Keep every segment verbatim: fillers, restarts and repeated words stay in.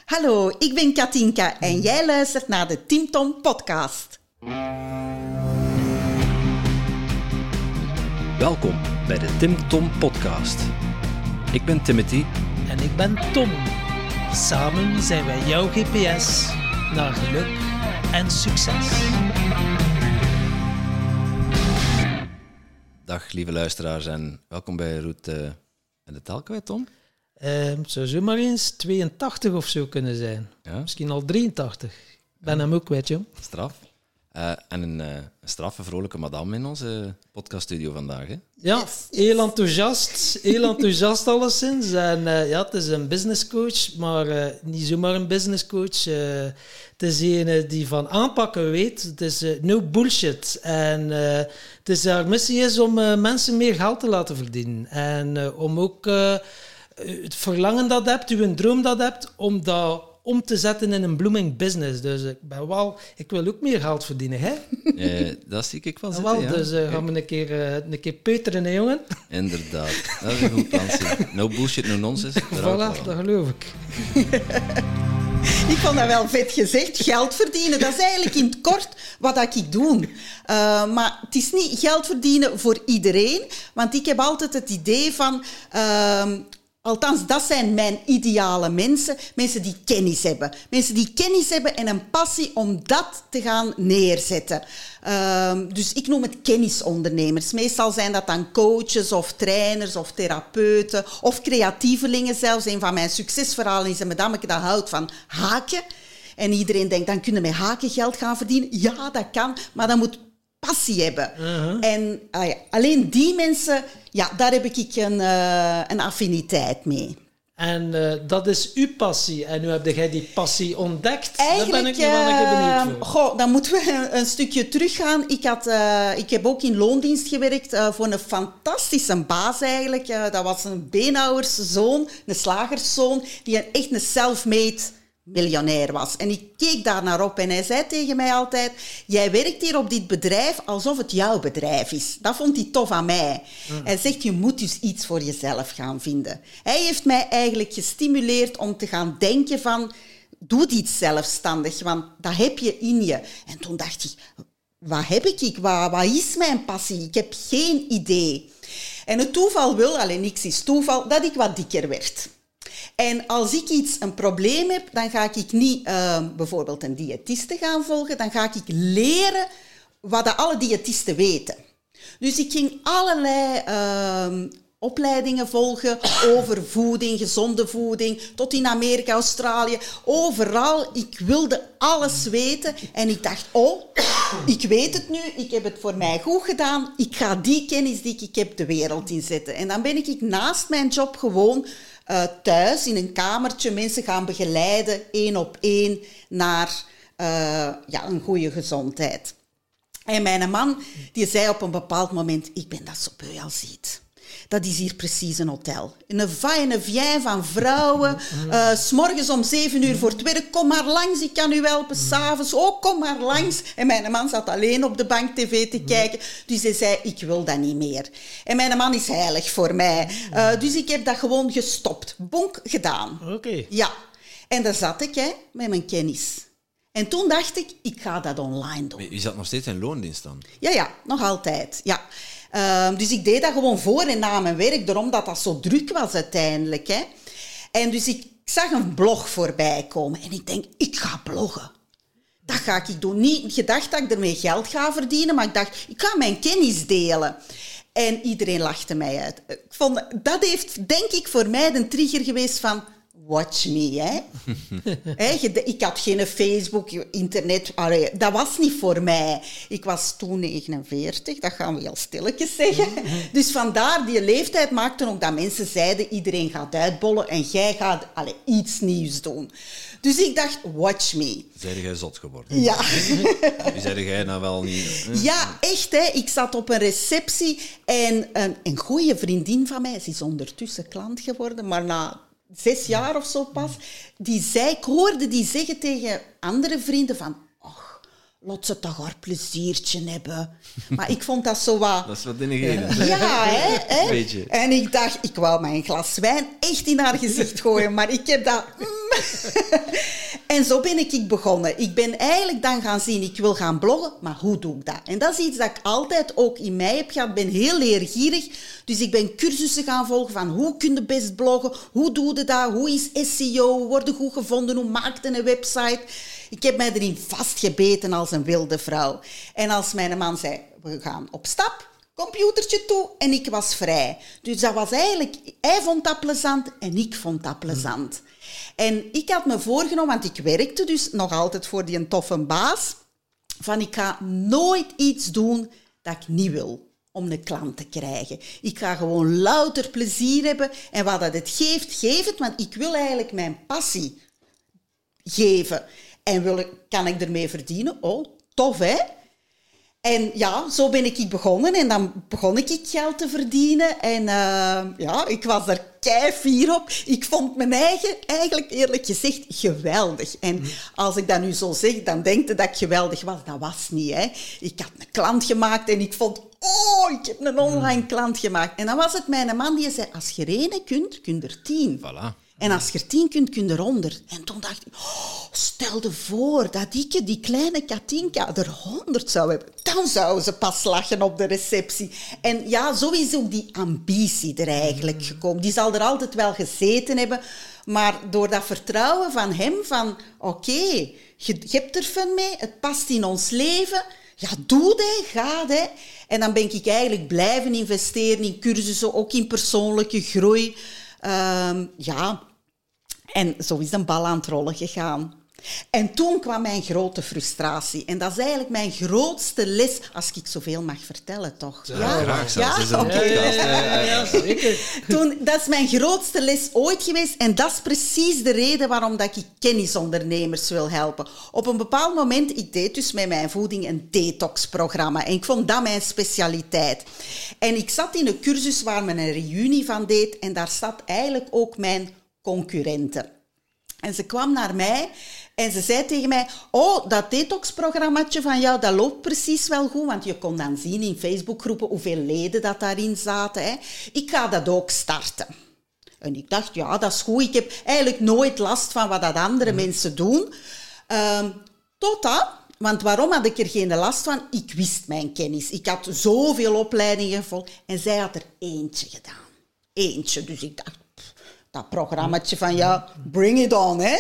Hallo, ik ben Katinka en jij luistert naar de Tim Tom podcast. Welkom bij de Tim Tom podcast. Ik ben Timothy. En ik ben Tom. Samen zijn wij jouw G P S naar geluk en succes. Dag lieve luisteraars en welkom bij Route en de taal kwijt, Tom. Uh, het zou zomaar eens tweeëntachtig of zo kunnen zijn. Ja? Misschien al drieëntachtig. Ik ben ja. hem ook kwijt, joh. Straf. Uh, en een, uh, een straffe, vrolijke madame in onze podcaststudio vandaag, hè? Ja, heel enthousiast. Heel enthousiast alleszins. En uh, ja, het is een businesscoach, maar uh, niet zomaar een businesscoach. Uh, het is een die van aanpakken weet. Het is uh, no bullshit. En uh, het is, haar missie is om uh, mensen meer geld te laten verdienen. En uh, om ook uh, het verlangen dat je hebt, je droom dat je hebt, om dat om te zetten in een blooming business. Dus ik ben wel... Ik wil ook meer geld verdienen, hè? Uh, dat zie ik wel zitten, wel, ja. Dus uh, gaan we een keer, uh, een keer peuteren, hè, jongen? Inderdaad. Dat is een goed plan. No bullshit, no nonsense. Voilà, dat geloof ik. Ik vond dat wel vet gezegd. Geld verdienen, dat is eigenlijk in het kort wat ik doe. Uh, maar het is niet geld verdienen voor iedereen. Want ik heb altijd het idee van... Uh, Althans, dat zijn mijn ideale mensen. Mensen die kennis hebben. Mensen die kennis hebben en een passie om dat te gaan neerzetten. Uh, dus ik noem het kennisondernemers. Meestal zijn dat dan coaches of trainers of therapeuten of creatievelingen zelfs. Een van mijn succesverhalen is een madame dat houdt van haken. En iedereen denkt, dan kunnen we met haken geld gaan verdienen. Ja, dat kan, maar dat moet passie hebben. Uh-huh. En ah ja, alleen die mensen, ja, daar heb ik een, uh, een affiniteit mee. En uh, dat is uw passie. En nu heb jij die passie ontdekt. Eigenlijk, daar ben ik nu wel een keer benieuwd voor. Goh, dan moeten we een stukje teruggaan. Ik, had, uh, ik heb ook in loondienst gewerkt uh, voor een fantastische baas eigenlijk. Uh, dat was een beenhouwerszoon, een slagerszoon, die een, echt een self-made miljonair was. En ik keek daar naar op en hij zei tegen mij altijd, jij werkt hier op dit bedrijf alsof het jouw bedrijf is. Dat vond hij tof aan mij. Mm. Hij zegt, je moet dus iets voor jezelf gaan vinden. Hij heeft mij eigenlijk gestimuleerd om te gaan denken van, doe iets zelfstandig, want dat heb je in je. En toen dacht ik, wat heb ik? Wat, wat is mijn passie? Ik heb geen idee. En het toeval wil, alleen niks is toeval, dat ik wat dikker werd. En als ik iets, een probleem heb, dan ga ik niet uh, bijvoorbeeld een diëtiste gaan volgen. Dan ga ik leren wat alle diëtisten weten. Dus ik ging allerlei uh, opleidingen volgen over voeding, gezonde voeding, tot in Amerika, Australië, overal. Ik wilde alles weten en ik dacht, oh, ik weet het nu, ik heb het voor mij goed gedaan. Ik ga die kennis die ik heb de wereld inzetten. En dan ben ik naast mijn job gewoon... Uh, thuis in een kamertje mensen gaan begeleiden, één op één, naar uh, ja, een goede gezondheid. En mijn man die zei op een bepaald moment, ik ben dat zo beu als ziet. Dat is hier precies een hotel. Een va en een vient van vrouwen. Uh, 's morgens om zeven uur voor het werk. Kom maar langs, ik kan u helpen. 's avonds ook, kom maar langs. En mijn man zat alleen op de bank tv te kijken. Dus hij zei, ik wil dat niet meer. En mijn man is heilig voor mij. Uh, dus ik heb dat gewoon gestopt. Bonk, gedaan. Oké. Okay. Ja. En daar zat ik, hè, met mijn kennis. En toen dacht ik, ik ga dat online doen. Je zat nog steeds in loondienst dan? Ja, ja, nog altijd, ja. Uh, dus ik deed dat gewoon voor en na mijn werk, daarom dat dat zo druk was uiteindelijk. Hè. En dus ik zag een blog voorbij komen en ik denk, ik ga bloggen. Dat ga ik doen. Niet gedacht dat ik ermee geld ga verdienen, maar ik dacht, ik ga mijn kennis delen. En iedereen lachte mij uit. Ik vond, dat heeft, denk ik, voor mij de trigger geweest van... Watch me, hè. He, ik had geen Facebook, internet. Allee, dat was niet voor mij. Ik was toen negenenveertig, dat gaan we heel stilletjes zeggen. Dus vandaar, die leeftijd maakte ook dat mensen zeiden, iedereen gaat uitbollen en jij gaat allee, iets nieuws doen. Dus ik dacht, watch me. Zeide jij zot geworden? Ja. Die zeide jij nou wel niet... Ja, echt, hè. Ik zat op een receptie en een, een goede vriendin van mij, ze is ondertussen klant geworden, maar na... zes jaar of zo pas, die zei, ik hoorde die zeggen tegen andere vrienden van, och, laat ze toch haar pleziertje hebben. Maar ik vond dat zo wat... Dat is wat denigrerend. Ja, hè, hè? Beetje. En ik dacht, ik wou mijn glas wijn echt in haar gezicht gooien, maar ik heb dat... En zo ben ik begonnen. Ik ben eigenlijk dan gaan zien, ik wil gaan bloggen, maar hoe doe ik dat? En dat is iets dat ik altijd ook in mij heb gehad. Ik ben heel leergierig, dus ik ben cursussen gaan volgen van hoe kun je best bloggen, hoe doe je dat, hoe is S E O, hoe word je goed gevonden, hoe maak je een website... Ik heb mij erin vastgebeten als een wilde vrouw. En als mijn man zei, we gaan op stap, computertje toe, en ik was vrij. Dus dat was eigenlijk, hij vond dat plezant en ik vond dat plezant. En ik had me voorgenomen, want ik werkte dus nog altijd voor die een toffe baas, van ik ga nooit iets doen dat ik niet wil om een klant te krijgen. Ik ga gewoon louter plezier hebben en wat dat het geeft, geef het, want ik wil eigenlijk mijn passie geven. En wil ik, kan ik ermee verdienen? Oh, tof, hè? En ja, zo ben ik begonnen. En dan begon ik geld te verdienen. En uh, ja, ik was er keifier op. Ik vond mijn eigen, eigenlijk eerlijk gezegd, geweldig. En als ik dat nu zo zeg, dan denk je dat ik geweldig was. Dat was niet, hè. Ik had een klant gemaakt en ik vond... Oh, ik heb een online klant gemaakt. En dan was het mijn man die zei, als je er één kunt, kun je er tien. Voilà. En als je er tien kunt, kun je er honderd. En toen dacht ik, oh, stel je voor dat ik, die kleine Katinka, er honderd zou hebben. Dan zouden ze pas lachen op de receptie. En ja, zo is ook die ambitie er eigenlijk gekomen. Die zal er altijd wel gezeten hebben. Maar door dat vertrouwen van hem, van oké, okay, je, je hebt er fun mee, het past in ons leven... Ja, doe het, ga het. En dan ben ik eigenlijk blijven investeren in cursussen, ook in persoonlijke groei... Um, ja, en zo is een bal aan het rollen gegaan. En toen kwam mijn grote frustratie. En dat is eigenlijk mijn grootste les, als ik zoveel mag vertellen, toch? Ja, ja graag zelfs. Ja? Is een Okay. podcast. Ja, ja, ja, zeker. Toen, dat is mijn grootste les ooit geweest. En dat is precies de reden waarom dat ik kennisondernemers wil helpen. Op een bepaald moment, ik deed dus met mijn voeding een detox-programma. En ik vond dat mijn specialiteit. En ik zat in een cursus waar men een reunie van deed. En daar zat eigenlijk ook mijn concurrenten. En ze kwam naar mij en ze zei tegen mij... Oh, dat detox-programmaatje van jou, dat loopt precies wel goed. Want je kon dan zien in Facebookgroepen hoeveel leden dat daarin zaten. Hè. Ik ga dat ook starten. En ik dacht, ja, dat is goed. Ik heb eigenlijk nooit last van wat dat andere mm. mensen doen. Um, totdat... Want waarom had ik er geen last van? Ik wist mijn kennis. Ik had zoveel opleidingen gevolgd. En zij had er eentje gedaan. Eentje. Dus ik dacht... Dat programmaatje van, ja, bring it on, hè.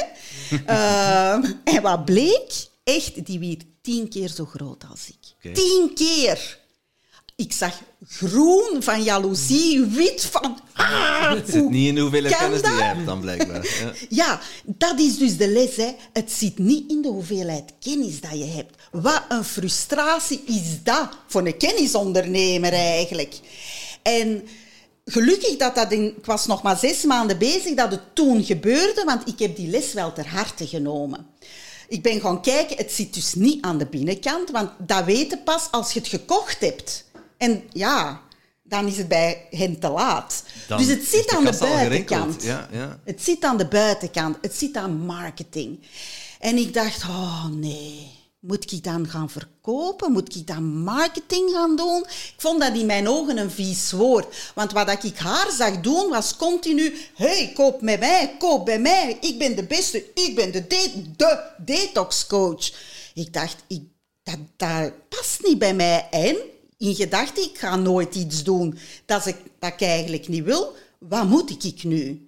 uh, en wat bleek? Echt, die werd tien keer zo groot als ik. Okay. Tien keer! Ik zag groen van jaloezie, wit van... Ah, het zit niet in de hoeveelheid kennis dat? die je hebt, dan blijkbaar. Ja. Ja, dat is dus de les, hè. Het zit niet in de hoeveelheid kennis dat je hebt. Wat een frustratie is dat voor een kennisondernemer eigenlijk. En... Gelukkig dat dat in... Ik was nog maar zes maanden bezig dat het toen gebeurde, want ik heb die les wel ter harte genomen. Ik ben gaan kijken, het zit dus niet aan de binnenkant, want dat weet je pas als je het gekocht hebt. En ja, dan is het bij hen te laat. Dan dus het zit de aan de buitenkant. Ja, ja. Het zit aan de buitenkant. Het zit aan marketing. En ik dacht, oh nee... Moet ik dan gaan verkopen? Moet ik dan marketing gaan doen? Ik vond dat in mijn ogen een vies woord. Want wat ik haar zag doen, was continu... Hey, koop met mij, koop bij mij. Ik ben de beste, ik ben de, de, de detoxcoach. Ik dacht, ik, dat, dat past niet bij mij. En in gedachte, ik ga nooit iets doen dat ik, dat ik eigenlijk niet wil. Wat moet ik nu?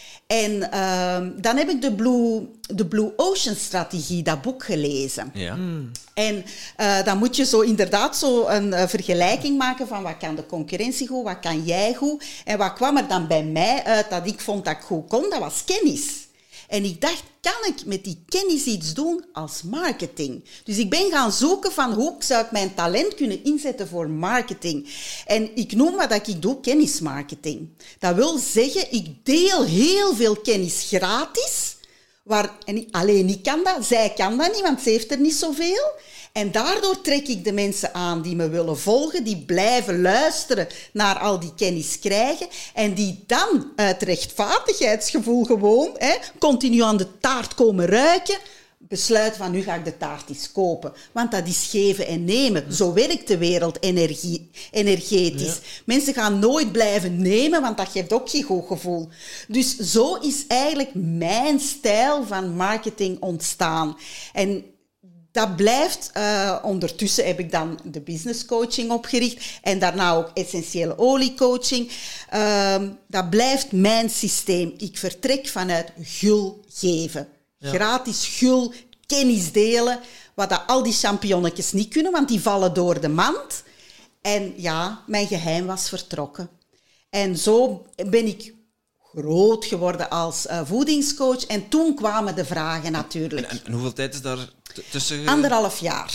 En uh, dan heb ik de Blue, de Blue Ocean Strategie, dat boek, gelezen. Ja. Mm. En uh, dan moet je zo inderdaad zo een uh, vergelijking maken van wat kan de concurrentie goed, wat kan jij goed. En wat kwam er dan bij mij uit dat ik vond dat ik goed kon, dat was kennis. En ik dacht, kan ik met die kennis iets doen als marketing? Dus ik ben gaan zoeken van hoe zou ik mijn talent kunnen inzetten voor marketing. En ik noem wat ik doe kennismarketing. Dat wil zeggen, ik deel heel veel kennis gratis. Waar, en alleen ik kan dat, zij kan dat niet, want ze heeft er niet zoveel. En daardoor trek ik de mensen aan die me willen volgen, die blijven luisteren naar al die kennis krijgen en die dan uit rechtvaardigheidsgevoel gewoon hè, continu aan de taart komen ruiken. besluiten van nu ga ik de taart eens kopen. Want dat is geven en nemen. Zo werkt de wereld energie, energetisch. Ja. Mensen gaan nooit blijven nemen, want dat geeft ook geen goed gevoel. Dus zo is eigenlijk mijn stijl van marketing ontstaan. En dat blijft, uh, ondertussen heb ik dan de business coaching opgericht en daarna ook essentiële oliecoaching. Uh, dat blijft mijn systeem. Ik vertrek vanuit gul geven. Ja. Gratis gul, kennis delen, wat dat al die champignonnetjes niet kunnen, want die vallen door de mand. En ja, mijn geheim was vertrokken. En zo ben ik groot geworden als uh, voedingscoach. En toen kwamen de vragen natuurlijk. En, en, en hoeveel tijd is daar t- tussen? Anderhalf jaar.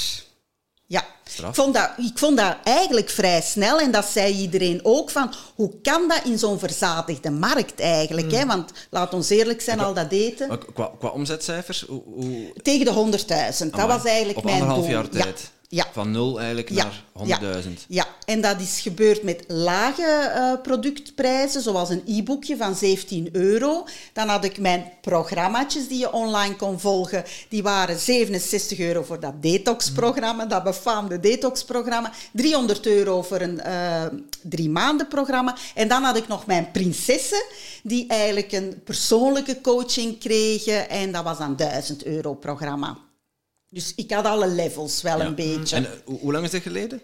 Ja. Ik vond, dat, ik vond dat eigenlijk vrij snel. En dat zei iedereen ook van, hoe kan dat in zo'n verzadigde markt eigenlijk? Mm. Hè? Want laat ons eerlijk zijn, qua, al dat eten. Qua, qua omzetcijfers? Hoe, hoe... Tegen de honderdduizend. Dat was eigenlijk op mijn doel. Op anderhalf jaar tijd? Ja. Ja. Van nul eigenlijk ja. naar honderdduizend. Ja. ja, en dat is gebeurd met lage uh, productprijzen, zoals een e-boekje van zeventien euro. Dan had ik mijn programmaatjes die je online kon volgen. Die waren zevenenzestig euro voor dat detox-programma, dat befaamde detox-programma. driehonderd euro voor een uh, drie maanden programma. En dan had ik nog mijn prinsessen, die eigenlijk een persoonlijke coaching kregen. En dat was dan duizend euro programma. Dus ik had alle levels wel ja. een beetje. En uh, hoe lang is dat geleden?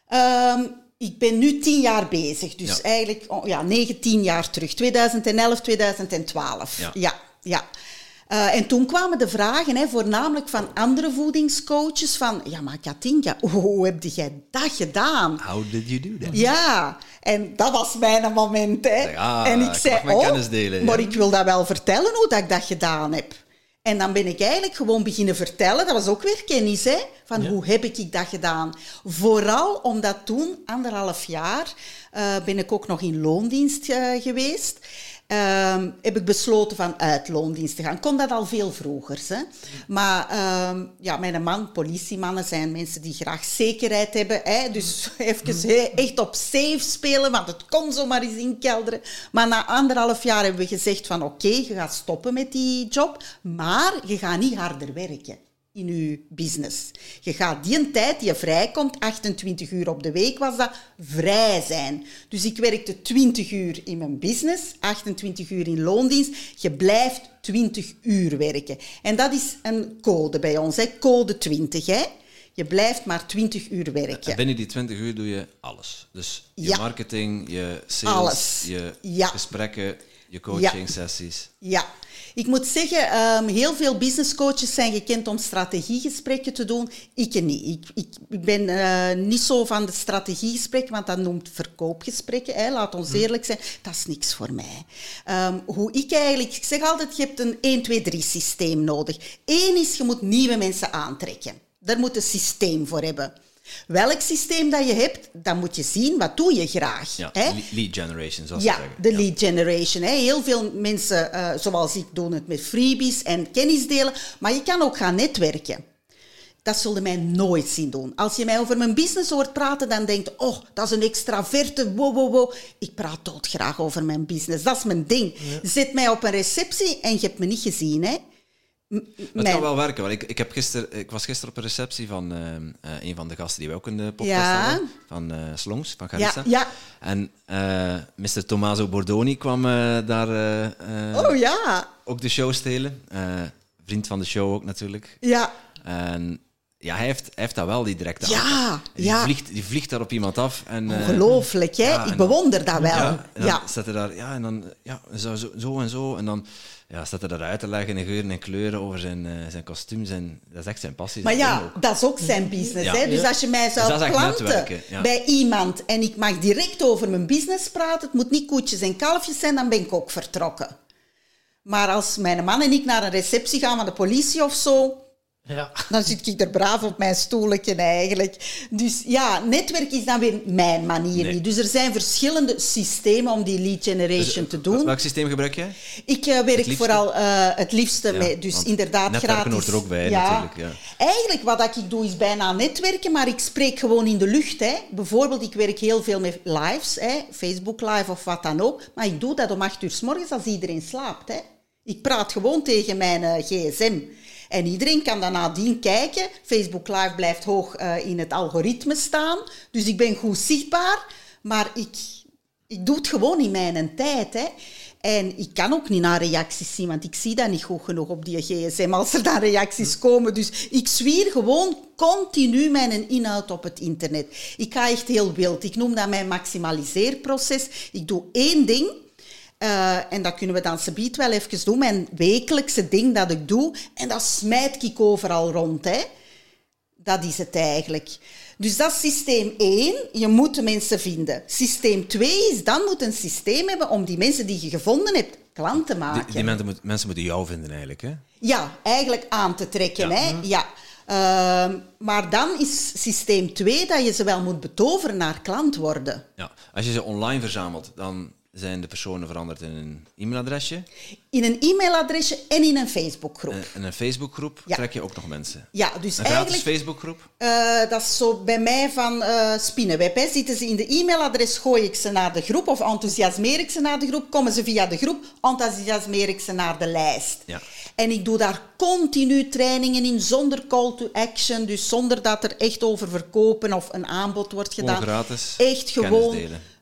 Um, ik ben nu tien jaar bezig. Dus ja. eigenlijk oh, ja, negen, tien jaar terug. twintig elf, twintig twaalf. Ja, ja. ja. Uh, en toen kwamen de vragen, hè, voornamelijk van andere voedingscoaches, van, ja, maar Katinka, hoe heb jij dat gedaan? How did you do that? Ja, en dat was mijn moment. Hè. Ja, en ik zei, ik oh, delen, maar ja. ik wil dat wel vertellen, hoe dat ik dat gedaan heb. En dan ben ik eigenlijk gewoon beginnen vertellen. Dat was ook weer kennis, hè? Van ja. hoe heb ik dat gedaan? Vooral omdat toen, anderhalf jaar, uh, ben ik ook nog in loondienst uh, geweest. Uh, heb ik besloten van uit loondienst te gaan. Ik kon dat al veel vroeger. Hè? Maar uh, ja, mijn man, politiemannen, zijn mensen die graag zekerheid hebben. Hè? Dus even he, echt op safe spelen, want het kon zomaar eens inkelderen. Maar na anderhalf jaar hebben we gezegd van oké, okay, je gaat stoppen met die job, maar je gaat niet harder werken in je business. Je gaat die een tijd die je vrijkomt, achtentwintig uur op de week was dat, vrij zijn. Dus ik werkte twintig uur in mijn business, achtentwintig uur in loondienst. Je blijft twintig uur werken. En dat is een code bij ons, hè? Code twintig. Hè? Je blijft maar twintig uur werken. En binnen die twintig uur doe je alles. Dus je ja. marketing, je sales, alles. je ja. gesprekken, je coaching sessies. Ja. ja. Ik moet zeggen, um, heel veel businesscoaches zijn gekend om strategiegesprekken te doen. Ik niet. Ik, ik, ik ben uh, niet zo van de strategiegesprekken, want dat noemt verkoopgesprekken. Hè. Laat ons eerlijk zijn, dat is niks voor mij. Um, hoe ik eigenlijk... Ik zeg altijd, je hebt een één, twee, drie systeem nodig. Eén is, je moet nieuwe mensen aantrekken. Daar moet een systeem voor hebben. Welk systeem dat je hebt, dan moet je zien, wat doe je graag. Ja, hè? lead generation, zoals ja, ze zeggen. de lead generation. Hè? Heel veel mensen, uh, zoals ik, doen het met freebies en kennis delen. Maar je kan ook gaan netwerken. Dat zullen mij nooit zien doen. Als je mij over mijn business hoort praten, dan denk je, oh, dat is een extraverte, wow, wow, wow. Ik praat doodgraag over mijn business. Dat is mijn ding. Ja. Zet mij op een receptie en je hebt me niet gezien, hè. M- het kan wel werken. Want ik, ik, heb gister, ik was gisteren op een receptie van uh, uh, een van de gasten die wij ook in de podcast ja. hadden. Van uh, Slongs, van Garissa. Ja, ja. En uh, mister Tommaso Bordoni kwam uh, daar uh, uh, oh, ja. ook de show stelen. Uh, vriend van de show ook natuurlijk. Ja. En ja, hij heeft, hij heeft dat wel, die directe ja, aanpak. Die, ja. vliegt, die vliegt daar op iemand af. En, uh, ongelooflijk, hè? Ja, ik bewonder dat wel. Ja, en dan ja. staat hij daar, ja, en dan ja, zo, zo, zo en zo. En dan ja, staat hij daar uit te leggen in geuren en kleuren over zijn, uh, zijn kostuum. Zijn, dat is echt zijn passie. Maar ja, ook. Dat is ook zijn business. Ja. Hè? Dus als je mij zou dus planten ja. bij iemand en ik mag direct over mijn business praten, het moet niet koetjes en kalfjes zijn, dan ben ik ook vertrokken. Maar als mijn man en ik naar een receptie gaan van de politie of zo, ja. dan zit ik er braaf op mijn stoeletje eigenlijk. Dus ja, netwerk is dan weer mijn manier nee. niet. Dus er zijn verschillende systemen om die lead generation dus, te doen. Welk systeem gebruik jij? Ik uh, werk vooral uh, het liefste ja, met, dus inderdaad netwerken gratis. Hoort er ook bij, ja. natuurlijk. Ja. Eigenlijk wat ik doe is bijna netwerken, maar ik spreek gewoon in de lucht. Hè. Bijvoorbeeld, ik werk heel veel met lives, hè, Facebook live of wat dan ook. Maar ik doe dat om acht uur 's morgens als iedereen slaapt. Hè. Ik praat gewoon tegen mijn uh, gsm. En iedereen kan dan nadien kijken. Facebook Live blijft hoog uh, in het algoritme staan. Dus ik ben goed zichtbaar. Maar ik, ik doe het gewoon in mijn tijd. Hè. En ik kan ook niet naar reacties zien, want ik zie dat niet goed genoeg op die gsm als er dan reacties komen. Dus ik zwier gewoon continu mijn inhoud op het internet. Ik ga echt heel wild. Ik noem dat mijn maximaliseerproces. Ik doe één ding, uh, en dat kunnen we dan subiet wel even doen, mijn wekelijkse ding dat ik doe, en dat smijt ik overal rond. Hè. Dat is het eigenlijk. Dus dat is systeem één. Je moet de mensen vinden. Systeem twee is, dan moet een systeem hebben om die mensen die je gevonden hebt, klant te maken. Die, die mensen, moet, mensen moeten jou vinden eigenlijk, hè? Ja, eigenlijk aan te trekken. Ja. Hè? Ja. Uh, maar dan is systeem twee dat je ze wel moet betoveren naar klant worden. Ja. Als je ze online verzamelt, dan zijn de personen veranderd in een e-mailadresje. In een e-mailadresje en in een Facebookgroep. En in een Facebookgroep ja. trek je ook nog mensen. Ja, dus een eigenlijk... gratis Facebookgroep? Uh, dat is zo bij mij van uh, Spinnenweb. Hè. Zitten ze in de e-mailadres, gooi ik ze naar de groep of enthousiasmeer ik ze naar de groep. Komen ze via de groep, enthousiasmeer ik ze naar de lijst. Ja. En ik doe daar continu trainingen in, zonder call to action. Dus zonder dat er echt over verkopen of een aanbod wordt gedaan. Gewoon gratis. Echt gewoon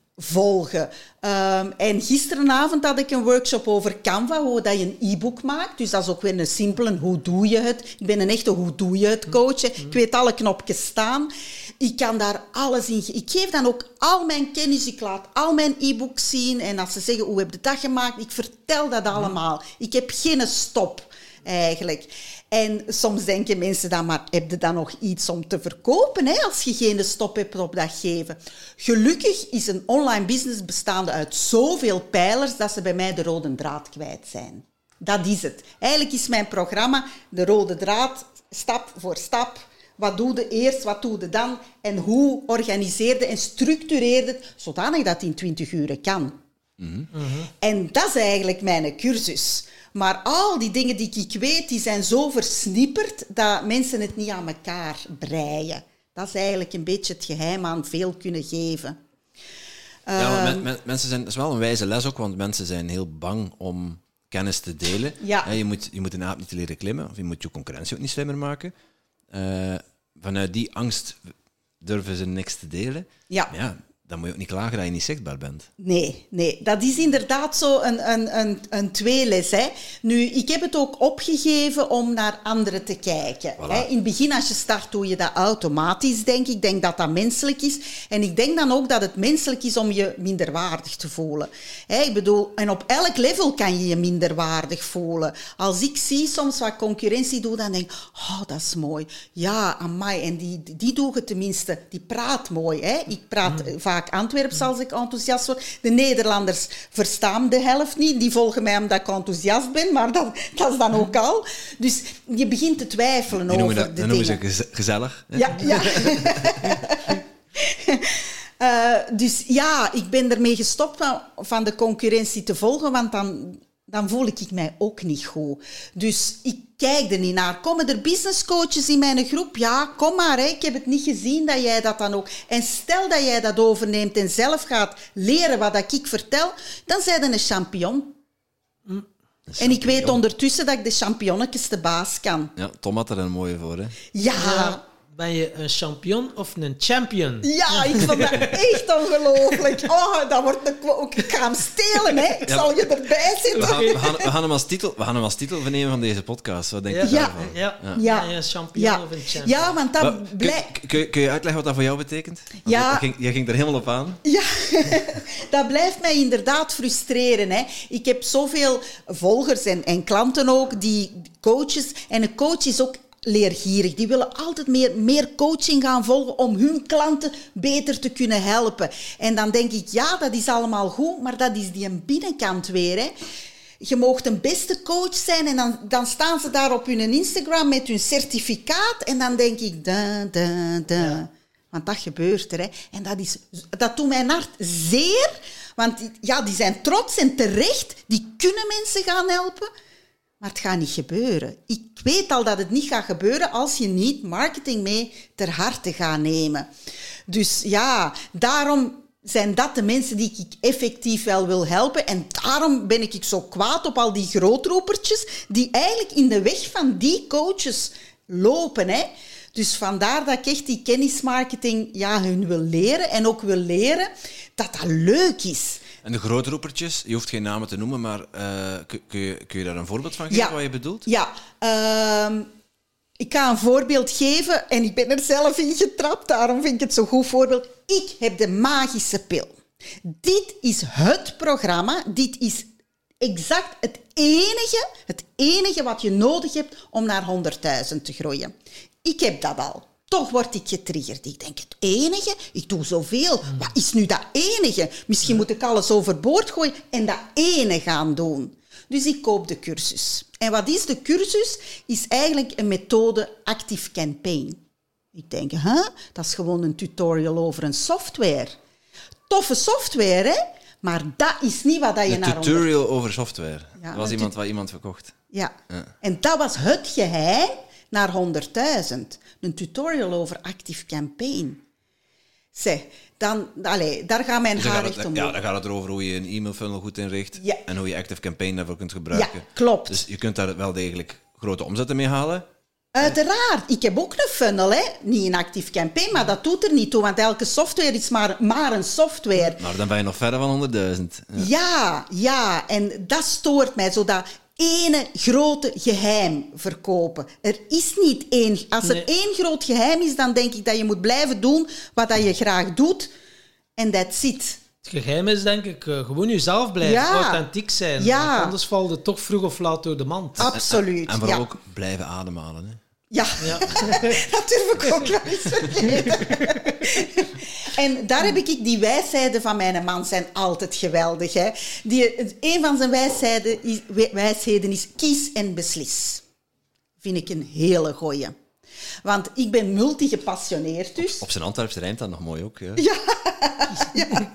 volgen. Um, en gisteravond had ik een workshop over Canva, hoe dat je een e-book maakt. Dus dat is ook weer een simpele, hoe doe je het? Ik ben een echte hoe doe je het coach. Ik weet alle knopjes staan. Ik kan daar alles in... Ik geef dan ook al mijn kennis, ik laat al mijn e-books zien. En als ze zeggen, hoe heb je dat gemaakt? Ik vertel dat allemaal. Ik heb geen stop, eigenlijk. En soms denken mensen dan, maar heb je dan nog iets om te verkopen, hè, als je geen stop hebt op dat geven? Gelukkig is een online business bestaande uit zoveel pijlers dat ze bij mij de rode draad kwijt zijn. Dat is het. Eigenlijk is mijn programma de rode draad, stap voor stap. Wat doe je eerst, wat doe je dan? En hoe organiseer je en structureer je het, zodanig dat het in twintig uur kan. Mm-hmm. En dat is eigenlijk mijn cursus. Maar al die dingen die ik weet, die zijn zo versnipperd dat mensen het niet aan elkaar breien. Dat is eigenlijk een beetje het geheim aan veel kunnen geven. Ja, uh, men, men, mensen zijn, dat is wel een wijze les ook, want mensen zijn heel bang om kennis te delen. Ja. Ja, je, moet, je moet een aap niet leren klimmen, of je moet je concurrentie ook niet slimmer maken. Uh, vanuit die angst durven ze niks te delen. Ja. Ja, dan moet je ook niet klagen dat je niet zichtbaar bent. Nee, nee. Dat is inderdaad zo een, een, een, een tweeles. Hè. Nu, ik heb het ook opgegeven om naar anderen te kijken. Voilà. Hè. In het begin, als je start, doe je dat automatisch, denk ik. Ik denk dat dat menselijk is. En ik denk dan ook dat het menselijk is om je minderwaardig te voelen. Hè, ik bedoel, en op elk level kan je je minderwaardig voelen. Als ik zie soms wat concurrentie doe, dan denk ik, oh, dat is mooi. Ja, amai. En die, die doe je tenminste, die praat mooi. Hè. Ik praat mm. vaak Antwerps als ik enthousiast word. De Nederlanders verstaan de helft niet. Die volgen mij omdat ik enthousiast ben, maar dat, dat is dan ook al. Dus je begint te twijfelen die over dat, de dan dingen. Dan noemen ze gezellig. Hè? Ja, ja. uh, dus ja, ik ben ermee gestopt van, van de concurrentie te volgen, want dan, dan voel ik mij ook niet goed. Dus ik kijk er niet naar. Komen er businesscoaches in mijn groep? Ja, kom maar. Hè. Ik heb het niet gezien dat jij dat dan ook... En stel dat jij dat overneemt en zelf gaat leren wat ik vertel, dan zijn je een champion. Mm. En ik weet ondertussen dat ik de championnetjes de baas kan. Ja, Tom had er een mooie voor, hè? Ja. ja. Ben je een champion of een champion? Ja, ik vond dat echt ongelooflijk. Oh, dat wordt een... Ik ga hem stelen, hè. Ik ja, zal je erbij zitten. We gaan, we, gaan, we, gaan hem als titel, we gaan hem als titel vernemen van deze podcast. Wat denk je ja. daarvan? Ja, ja. ja. ja. Een champion ja. of een champion. Ja, want dat well, blijft... Kun, kun, kun je uitleggen wat dat voor jou betekent? Want ja. Je ging, je ging er helemaal op aan. Ja, dat blijft mij inderdaad frustreren. Hè. Ik heb zoveel volgers en, en klanten ook, die coaches... En een coach is ook leergierig. Die willen altijd meer, meer coaching gaan volgen om hun klanten beter te kunnen helpen. En dan denk ik, ja, dat is allemaal goed, maar dat is die binnenkant weer. Hè. Je mag een beste coach zijn en dan, dan staan ze daar op hun Instagram met hun certificaat en dan denk ik, da, da, da. Ja. Want dat gebeurt er. Hè. En dat, is, dat doet mijn hart zeer, want ja, die zijn trots en terecht, die kunnen mensen gaan helpen. Maar het gaat niet gebeuren. Ik weet al dat het niet gaat gebeuren als je niet marketing mee ter harte gaat nemen. Dus ja, daarom zijn dat de mensen die ik effectief wel wil helpen. En daarom ben ik zo kwaad op al die grootroepertjes die eigenlijk in de weg van die coaches lopen. Hè. Dus vandaar dat ik echt die kennismarketing ja, hun wil leren en ook wil leren dat dat leuk is. En de grootroepertjes, je hoeft geen namen te noemen, maar uh, kun, kun, je, kun je daar een voorbeeld van geven ja. wat je bedoelt? Ja, uh, ik ga een voorbeeld geven en ik ben er zelf in getrapt, daarom vind ik het zo'n goed voorbeeld. Ik heb de magische pil. Dit is het programma, dit is exact het enige, het enige wat je nodig hebt om naar honderdduizend te groeien. Ik heb dat al. Toch word ik getriggerd. Ik denk, het enige? Ik doe zoveel. Mm. Wat is nu dat enige? Misschien moet ik alles overboord gooien en dat ene gaan doen. Dus ik koop de cursus. En wat is de cursus? Is eigenlijk een methode Active Campaign. Ik denk, huh? Dat is gewoon een tutorial over een software. Toffe software, hè? Maar dat is niet wat je een naar... Een tutorial onder... over software. Ja, dat was iemand tu- wat iemand verkocht. Ja. ja. En dat was het geheim naar honderdduizend. Een tutorial over Active Campaign. Zeg, dan, allez, daar gaat mijn dus haar echt om. Ja, dan gaat het erover hoe je een e-mailfunnel goed inricht ja. en hoe je Active Campaign daarvoor kunt gebruiken. Ja, klopt. Dus je kunt daar wel degelijk grote omzetten mee halen. Uiteraard. Ik heb ook een funnel, hè. Niet een Active Campaign, maar dat doet er niet toe, want elke software is maar, maar een software. Maar dan ben je nog verder van honderdduizend. Ja. ja, ja. En dat stoort mij, zodat ene grote geheim verkopen. Er is niet één... Als er nee. één groot geheim is, dan denk ik dat je moet blijven doen wat je graag doet. En that's it. Het geheim is, denk ik, uh, gewoon jezelf blijven, ja. authentiek zijn. Ja. Want anders valt het toch vroeg of laat door de mand. Absoluut. En, en vooral ja. ook blijven ademhalen. Hè? Ja, ja. Dat durf ik ook wel eens vergeten. En daar heb ik die wijsheden van mijn man zijn altijd geweldig. Hè. Die, een van zijn wijsheden is, wijsheden is kies en beslis. Vind ik een hele goeie. Want ik ben multigepassioneerd dus. Op, op zijn Antwerps rijmt dat nog mooi ook. Ja. Ja. ja.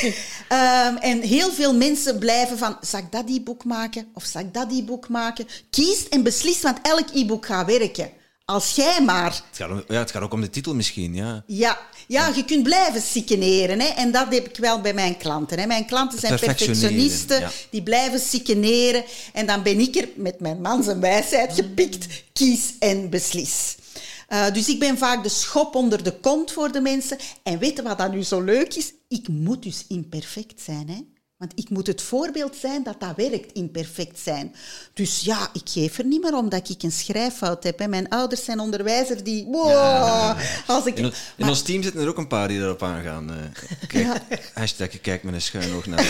um, en heel veel mensen blijven van, zal ik dat e-book maken? Of zal ik dat e-book maken? Kies en beslis, want elk e-book gaat werken. Als jij maar... Het gaat, om, ja, het gaat ook om de titel misschien, ja. Ja, ja, je kunt blijven sikkeneren. Hè? En dat heb ik wel bij mijn klanten. Hè? Mijn klanten zijn perfectionisten, ja. Die blijven sikkeneren. En dan ben ik er met mijn man zijn wijsheid gepikt. Kies en beslis. Uh, dus ik ben vaak de schop onder de kont voor de mensen. En weet je wat dat nu zo leuk is? Ik moet dus imperfect zijn, hè? Want ik moet het voorbeeld zijn dat dat werkt, imperfect zijn. Dus ja, ik geef er niet meer om dat ik een schrijffout heb. Hè. Mijn ouders zijn onderwijzer die... Wow, ja. als ik, in, in maar, ons team zitten er ook een paar die erop aangaan. Uh, kijk, ja. Hashtag, je kijkt met een schuin oog naar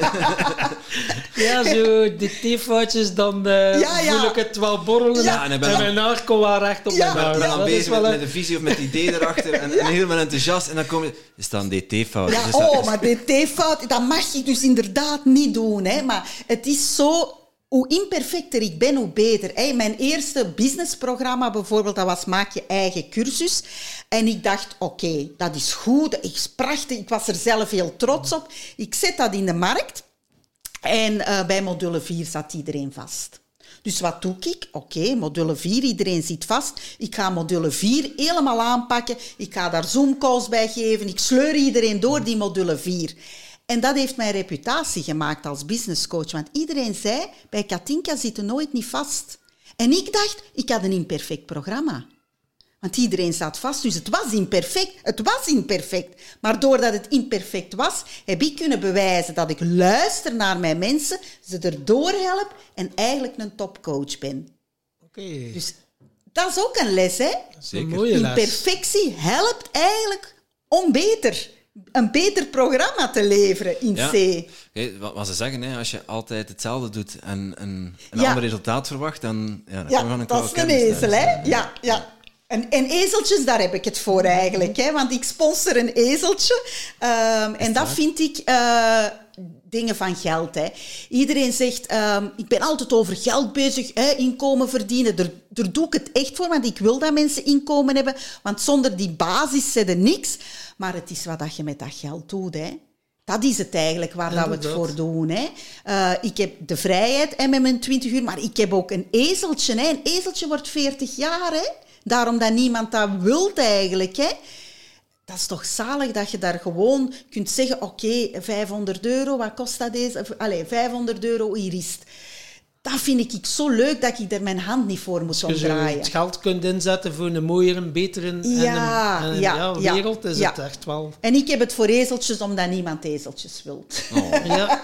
Ja, zo dictéfoutjes, dan uh, ja, ja. voel ik het wel borrelen. Ja, en, en mijn haar komt wel recht op ja. mijn haar. Ik ben dan bezig met, een... met de visie of met het idee erachter en, ja. en helemaal enthousiast. En dan kom je... Is dat een dt-fout? Ja, dus oh, dat... maar dt-fout, dat mag je dus inderdaad niet doen. Hè. Maar het is zo... Hoe imperfecter ik ben, hoe beter. Hè. Mijn eerste businessprogramma bijvoorbeeld, dat was Maak je eigen cursus. En ik dacht, oké, okay, dat is goed, dat is prachtig. Ik was er zelf heel trots op. Ik zet dat in de markt. En uh, bij module vier zat iedereen vast. Dus wat doe ik? Oké, okay, module vier, iedereen zit vast. Ik ga module vier helemaal aanpakken. Ik ga daar Zoom-calls bij geven. Ik sleur iedereen door die module vier. En dat heeft mijn reputatie gemaakt als businesscoach. Want iedereen zei, bij Katinka zitten nooit niet vast. En ik dacht, ik had een imperfect programma. Want iedereen zat vast, dus het was imperfect. Het was imperfect. Maar doordat het imperfect was, heb ik kunnen bewijzen dat ik luister naar mijn mensen, ze erdoor help en eigenlijk een topcoach ben. Oké. Okay. Dus dat is ook een les, hè? Zeker. Een mooie les. Imperfectie helpt eigenlijk om beter... een beter programma te leveren in ja. C. Okay, wat, wat ze zeggen, hè, als je altijd hetzelfde doet en, en een ja. ander resultaat verwacht, dan, ja, dan ja, kan je van een dat is een ezel, hè? Ja, ja. En, en ezeltjes, daar heb ik het voor eigenlijk. Hè? Want ik sponsor een ezeltje. Um, en dat vind ik... Uh, dingen van geld. Hè. Iedereen zegt, um, ik ben altijd over geld bezig, hè, inkomen verdienen. Daar, daar doe ik het echt voor, want ik wil dat mensen inkomen hebben. Want zonder die basis zit er niks. Maar het is wat je met dat geld doet. Hè. Dat is het eigenlijk waar dat we het voor doen. Hè. Uh, ik heb de vrijheid hè, met mijn twintig uur, maar ik heb ook een ezeltje. Hè. Een ezeltje wordt veertig jaar. Hè. Daarom dat niemand dat wil eigenlijk. Hè. dat is toch zalig dat je daar gewoon kunt zeggen, oké, okay, vijfhonderd euro, wat kost dat deze? Allee, vijfhonderd euro, hier is het. Dat vind ik zo leuk dat ik er mijn hand niet voor moet omdraaien. Als je het geld kunt inzetten voor een mooiere, betere ja, en een, en een ja, ja, wereld, ja, is ja. het echt wel... En ik heb het voor ezeltjes, omdat niemand ezeltjes wil. Oh. Ja.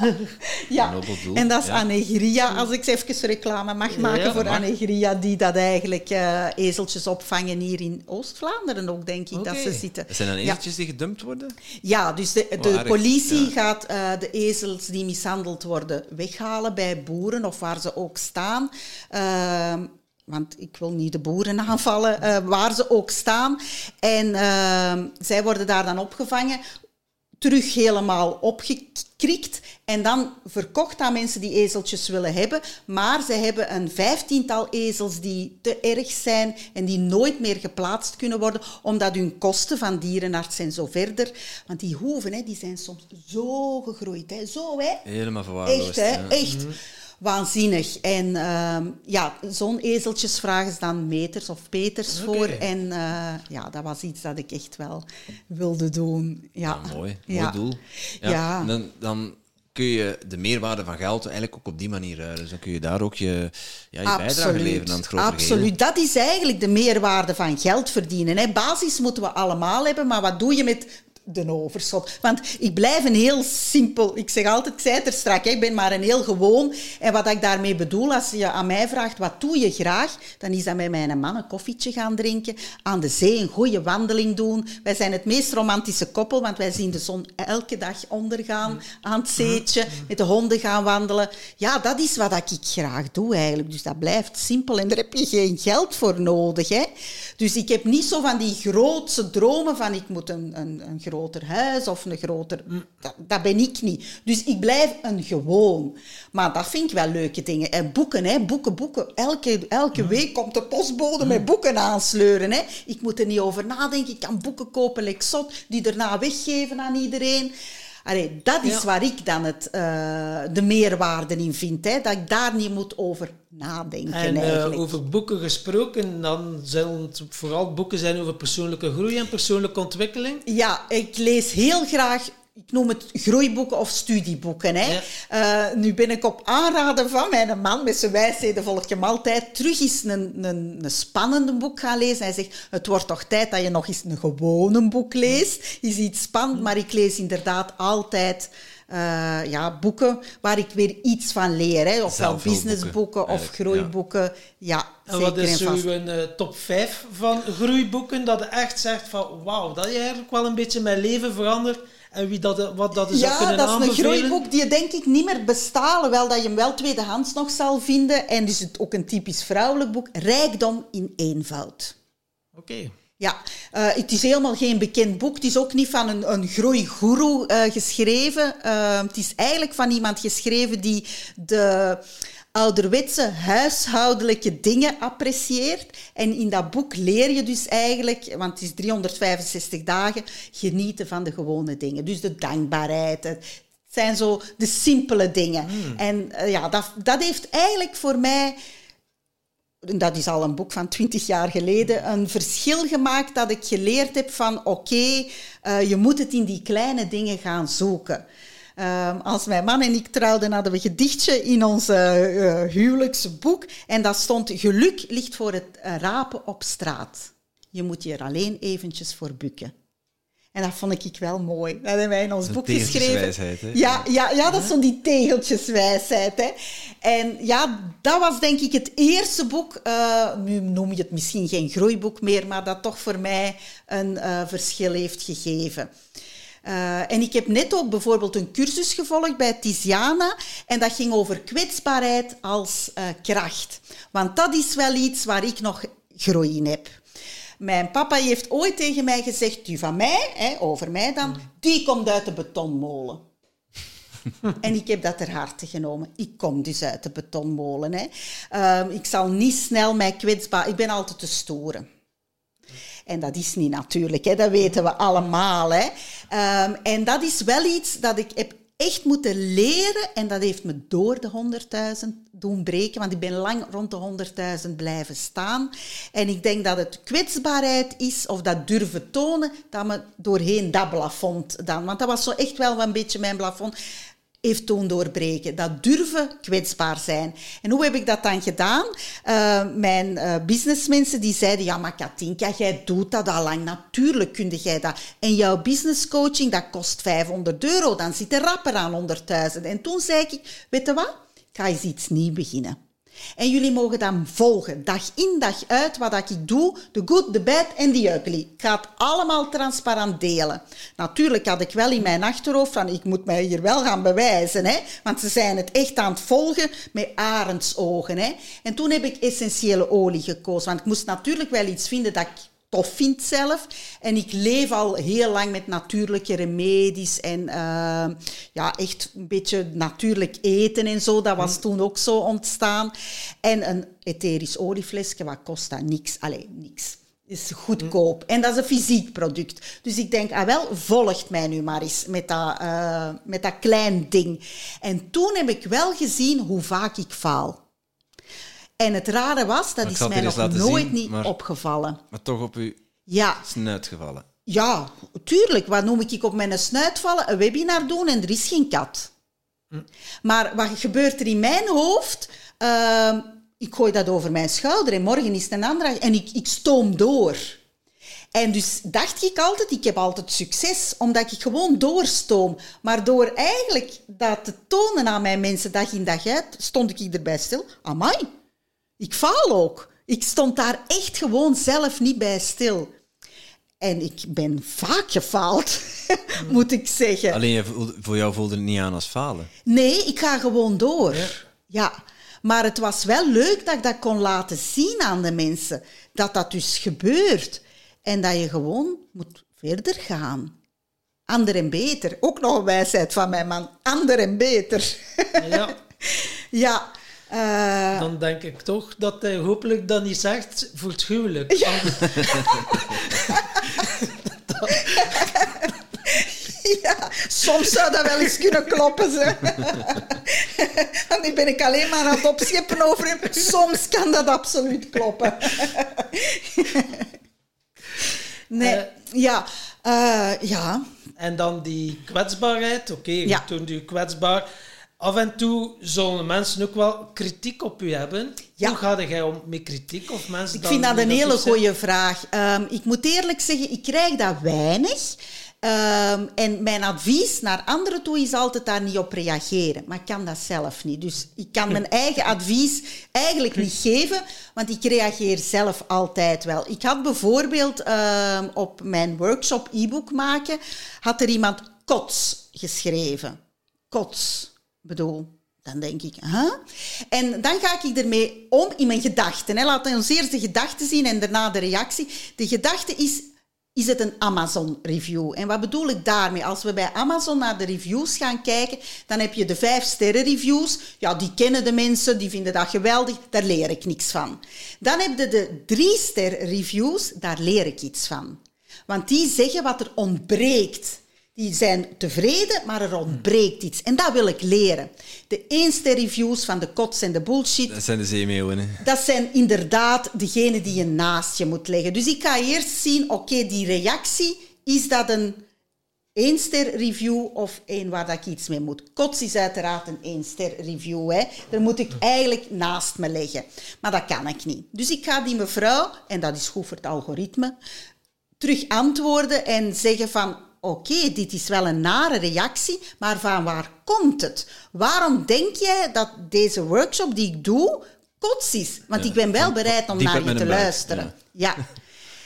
Ja, en dat is ja. Annegria, als ik even reclame mag maken Ja, voor mag. Annegria, die dat eigenlijk uh, ezeltjes opvangen hier in Oost-Vlaanderen ook, denk ik, Okay. dat ze zitten. Dat zijn dan Ja. ezeltjes die gedumpt worden? Ja, dus de, de Oh, erg. politie Ja. gaat uh, de ezels die mishandeld worden weghalen bij boeren of waar ze ook staan. Uh, want ik wil niet de boeren aanvallen, uh, waar ze ook staan. En uh, zij worden daar dan opgevangen, terug helemaal opgekrikt en dan verkocht aan mensen die ezeltjes willen hebben. Maar ze hebben een vijftiental ezels die te erg zijn en die nooit meer geplaatst kunnen worden, omdat hun kosten van dierenarts en zo verder... Want die hoeven, hè, die zijn soms zo gegroeid. Hè, zo, hè. Helemaal verwaarloosd. Echt, hè, ja. echt. Mm-hmm. Waanzinnig. En uh, ja, zo'n ezeltjes vragen ze dan meters of peters Okay. voor. En uh, ja, dat was iets dat ik echt wel wilde doen. Ja, Ja, mooi. Ja. Mooi doel. Ja, Ja. en Dan, dan kun je de meerwaarde van geld eigenlijk ook op die manier ruilen. Dus dan kun je daar ook je, ja, je bijdrage leveren aan het grotere Absoluut. Dat is eigenlijk de meerwaarde van geld verdienen. Hè. Basis moeten we allemaal hebben, maar wat doe je met de overschot? Want ik blijf een heel simpel... Ik zeg altijd, ik zei het er straks, ik ben maar een heel gewoon. En wat ik daarmee bedoel, als je aan mij vraagt, wat doe je graag? Dan is dat met mijn man een koffietje gaan drinken, aan de zee een goede wandeling doen. Wij zijn het meest romantische koppel, want wij zien de zon elke dag ondergaan aan het zeetje, met de honden gaan wandelen. Ja, dat is wat ik graag doe eigenlijk. Dus dat blijft simpel en daar heb je geen geld voor nodig. Hè? Dus ik heb niet zo van die grootse dromen van ik moet een, een, een groter huis of een groter... Dat, dat ben ik niet. Dus ik blijf een gewoon. Maar dat vind ik wel leuke dingen. En boeken, hè. Boeken, boeken. Elke, elke week komt de postbode met boeken aansleuren. Hè. Ik moet er niet over nadenken. Ik kan boeken kopen, like zot, die daarna weggeven aan iedereen. Allee, dat is Ja. waar ik dan het, uh, de meerwaarde in vind. Hè. Dat ik daar niet moet over nadenken. En eigenlijk. uh, over boeken gesproken, dan zullen het vooral boeken zijn over persoonlijke groei en persoonlijke ontwikkeling. Ja, ik lees heel graag... Ik noem het groeiboeken of studieboeken. Hè. Ja. Uh, nu ben ik op aanraden van mijn man, met zijn wijsheden volg ik hem altijd, terug eens een, een, een spannende boek gaan lezen. Hij zegt, het wordt toch tijd dat je nog eens een gewone boek leest. Is iets spannend, maar ik lees inderdaad altijd... Uh, ja, boeken waar ik weer iets van leer. Hè. Ofwel businessboeken of groeiboeken. Ja, ja en wat is zo uw uh, top vijf van groeiboeken dat je echt zegt van wauw, dat je eigenlijk wel een beetje mijn leven verandert en wie dat, wat dat is ja, zou kunnen dat is aanbevelen? een groeiboek die denk ik niet meer bestaat, wel dat je hem wel tweedehands nog zal vinden. En dus het ook een typisch vrouwelijk boek. Rijkdom in eenvoud. Oké. Okay. Ja, uh, het is helemaal geen bekend boek. Het is ook niet van een, een groeigoeroe uh, geschreven. Uh, het is eigenlijk van iemand geschreven die de ouderwetse huishoudelijke dingen apprecieert. En in dat boek leer je dus eigenlijk, want het is driehonderdvijfenzestig dagen, genieten van de gewone dingen. Dus de dankbaarheid, het zijn zo de simpele dingen. Mm. En uh, ja, dat, dat heeft eigenlijk voor mij... Dat is al een boek van twintig jaar geleden, een verschil gemaakt dat ik geleerd heb van oké, okay, uh, je moet het in die kleine dingen gaan zoeken. Um, als mijn man en ik trouwden, hadden we een gedichtje in ons uh, huwelijksboek en dat stond: geluk ligt voor het uh, rapen op straat. Je moet je er alleen eventjes voor bukken. En dat vond ik wel mooi. Dat hebben wij in ons boek geschreven. Hè? Ja, ja, ja, dat is zo'n die tegeltjeswijsheid. Hè. En ja, dat was denk ik het eerste boek, uh, nu noem je het misschien geen groeiboek meer, maar dat toch voor mij een uh, verschil heeft gegeven. Uh, en ik heb net ook bijvoorbeeld een cursus gevolgd bij Tiziana en dat ging over kwetsbaarheid als uh, kracht. Want dat is wel iets waar ik nog groei in heb. Mijn papa heeft ooit tegen mij gezegd, die van mij, hè, over mij dan, die komt uit de betonmolen. En ik heb dat ter harte genomen. Ik kom dus uit de betonmolen. Hè. Uh, ik zal niet snel mij kwetsbaar... Ik ben altijd te storen. En dat is niet natuurlijk, hè. Dat weten we allemaal. Hè. Um, en dat is wel iets dat ik heb echt moeten leren en dat heeft me door de honderdduizend doen breken, want ik ben lang rond de honderdduizend blijven staan. En ik denk dat het kwetsbaarheid is, of dat durven tonen, dat me doorheen dat plafond dan, want dat was zo echt wel een beetje mijn plafond, heeft toen doorbreken. Dat durven kwetsbaar zijn. En hoe heb ik dat dan gedaan? Uh, mijn uh, businessmensen die zeiden, ja, maar Katinka, jij doet dat al lang. Natuurlijk kun jij dat. En jouw businesscoaching, dat kost vijfhonderd euro. Dan zit er rapper aan honderdduizend. En toen zei ik, weet je wat? Ik ga eens iets nieuws beginnen. En jullie mogen dan volgen, dag in, dag uit, wat ik doe, the good, the bad en the ugly. Ik ga het allemaal transparant delen. Natuurlijk had ik wel in mijn achterhoofd van, ik moet mij hier wel gaan bewijzen, hè? Want ze zijn het echt aan het volgen met arendsogen. Hè? En toen heb ik essentiële olie gekozen, want ik moest natuurlijk wel iets vinden dat ik tof vind zelf. En ik leef al heel lang met natuurlijke remedies en uh, ja, echt een beetje natuurlijk eten en zo. Dat was toen ook zo ontstaan. En een etherisch olieflesje, wat kost dat? Niks. Allee, niks. Is goedkoop. En dat is een fysiek product. Dus ik denk, ah wel, volgt mij nu maar eens met dat, uh, met dat klein ding. En toen heb ik wel gezien hoe vaak ik faal. En het rare was, dat is mij nog nooit zien, niet maar, opgevallen. Maar toch op uw ja. snuit gevallen? Ja, tuurlijk. Wat noem ik op mijn snuit vallen? Een webinar doen en er is geen kat. Hm. Maar wat gebeurt er in mijn hoofd? Uh, ik gooi dat over mijn schouder en morgen is het een andere en ik, ik stoom door. En dus dacht ik altijd, ik heb altijd succes, omdat ik gewoon doorstoom. Maar door eigenlijk dat te tonen aan mijn mensen dag in dag uit, stond ik erbij stil. Amai. Ik faal ook. Ik stond daar echt gewoon zelf niet bij stil. En ik ben vaak gefaald, moet ik zeggen. Alleen voor jou voelde het niet aan als falen? Nee, ik ga gewoon door. Ja. ja. Maar het was wel leuk dat ik dat kon laten zien aan de mensen. Dat dat dus gebeurt. En dat je gewoon moet verder gaan. Ander en beter. Ook nog een wijsheid van mijn man. Ander en beter. Ja. ja. Uh, Dan denk ik toch dat hij hopelijk dat niet zegt voor het huwelijk. Ja. ja, soms zou dat wel eens kunnen kloppen. Ze. Want nu ben ik alleen maar aan het opscheppen over hem. Soms kan dat absoluut kloppen. nee, uh, ja, uh, ja. En dan die kwetsbaarheid. Oké, okay, ja. toen je kwetsbaar... Af en toe zullen mensen ook wel kritiek op u hebben. Ja. Hoe ga jij om met kritiek? Of mensen ik vind dat een hele goede vraag. Um, ik moet eerlijk zeggen, ik krijg dat weinig. Um, en mijn advies naar anderen toe is altijd daar niet op reageren. Maar ik kan dat zelf niet. Dus ik kan mijn eigen advies eigenlijk niet geven, want ik reageer zelf altijd wel. Ik had bijvoorbeeld um, op mijn workshop e-book maken, had er iemand kots geschreven. Kots. bedoel, dan denk ik, huh? En dan ga ik ermee om in mijn gedachten. Hè. Laten we ons eerst de gedachten zien en daarna de reactie. De gedachte is, is het een Amazon-review? En wat bedoel ik daarmee? Als we bij Amazon naar de reviews gaan kijken, dan heb je de vijf-sterren-reviews. Ja, die kennen de mensen, die vinden dat geweldig. Daar leer ik niks van. Dan heb je de drie-ster-reviews, daar leer ik iets van. Want die zeggen wat er ontbreekt. Die zijn tevreden, maar er ontbreekt iets. En dat wil ik leren. De één-ster-reviews van de kots en de bullshit... Dat zijn de zeemeeuwen, hè? Dat zijn inderdaad degenen die je naast je moet leggen. Dus ik ga eerst zien, oké, okay, die reactie, is dat een één-ster-review of één waar dat ik iets mee moet? Kots is uiteraard een één-ster-review. Hè. Daar moet ik eigenlijk naast me leggen. Maar dat kan ik niet. Dus ik ga die mevrouw, en dat is goed voor het algoritme, terug antwoorden en zeggen van... Oké, okay, dit is wel een nare reactie, maar van waar komt het? Waarom denk jij dat deze workshop die ik doe, kots is? Want ja, ik ben wel bereid om naar je te luisteren. Ja. ja.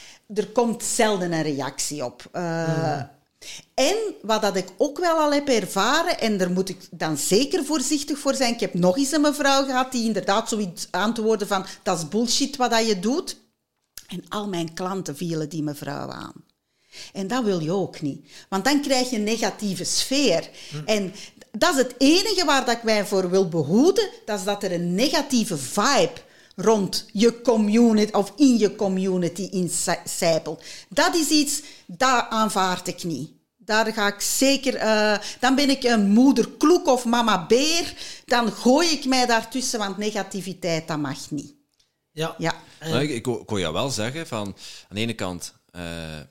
Er komt zelden een reactie op. Uh, ja. En wat dat ik ook wel al heb ervaren, en daar moet ik dan zeker voorzichtig voor zijn. Ik heb nog eens een mevrouw gehad die inderdaad zoiets antwoordde van dat is bullshit wat dat je doet. En al mijn klanten vielen die mevrouw aan. En dat wil je ook niet. Want dan krijg je een negatieve sfeer. Hm. En dat is het enige waar dat ik mij voor wil behoeden. Dat is dat er een negatieve vibe rond je community of in je community incijpelt. Dat is iets, dat aanvaard ik niet. daar ga ik zeker... Uh, dan ben ik een moeder kloek of mama beer. Dan gooi ik mij daartussen, want negativiteit, dat mag niet. Ja. ja. Nou, ik, ik kon jou wel zeggen, van aan de ene kant uh,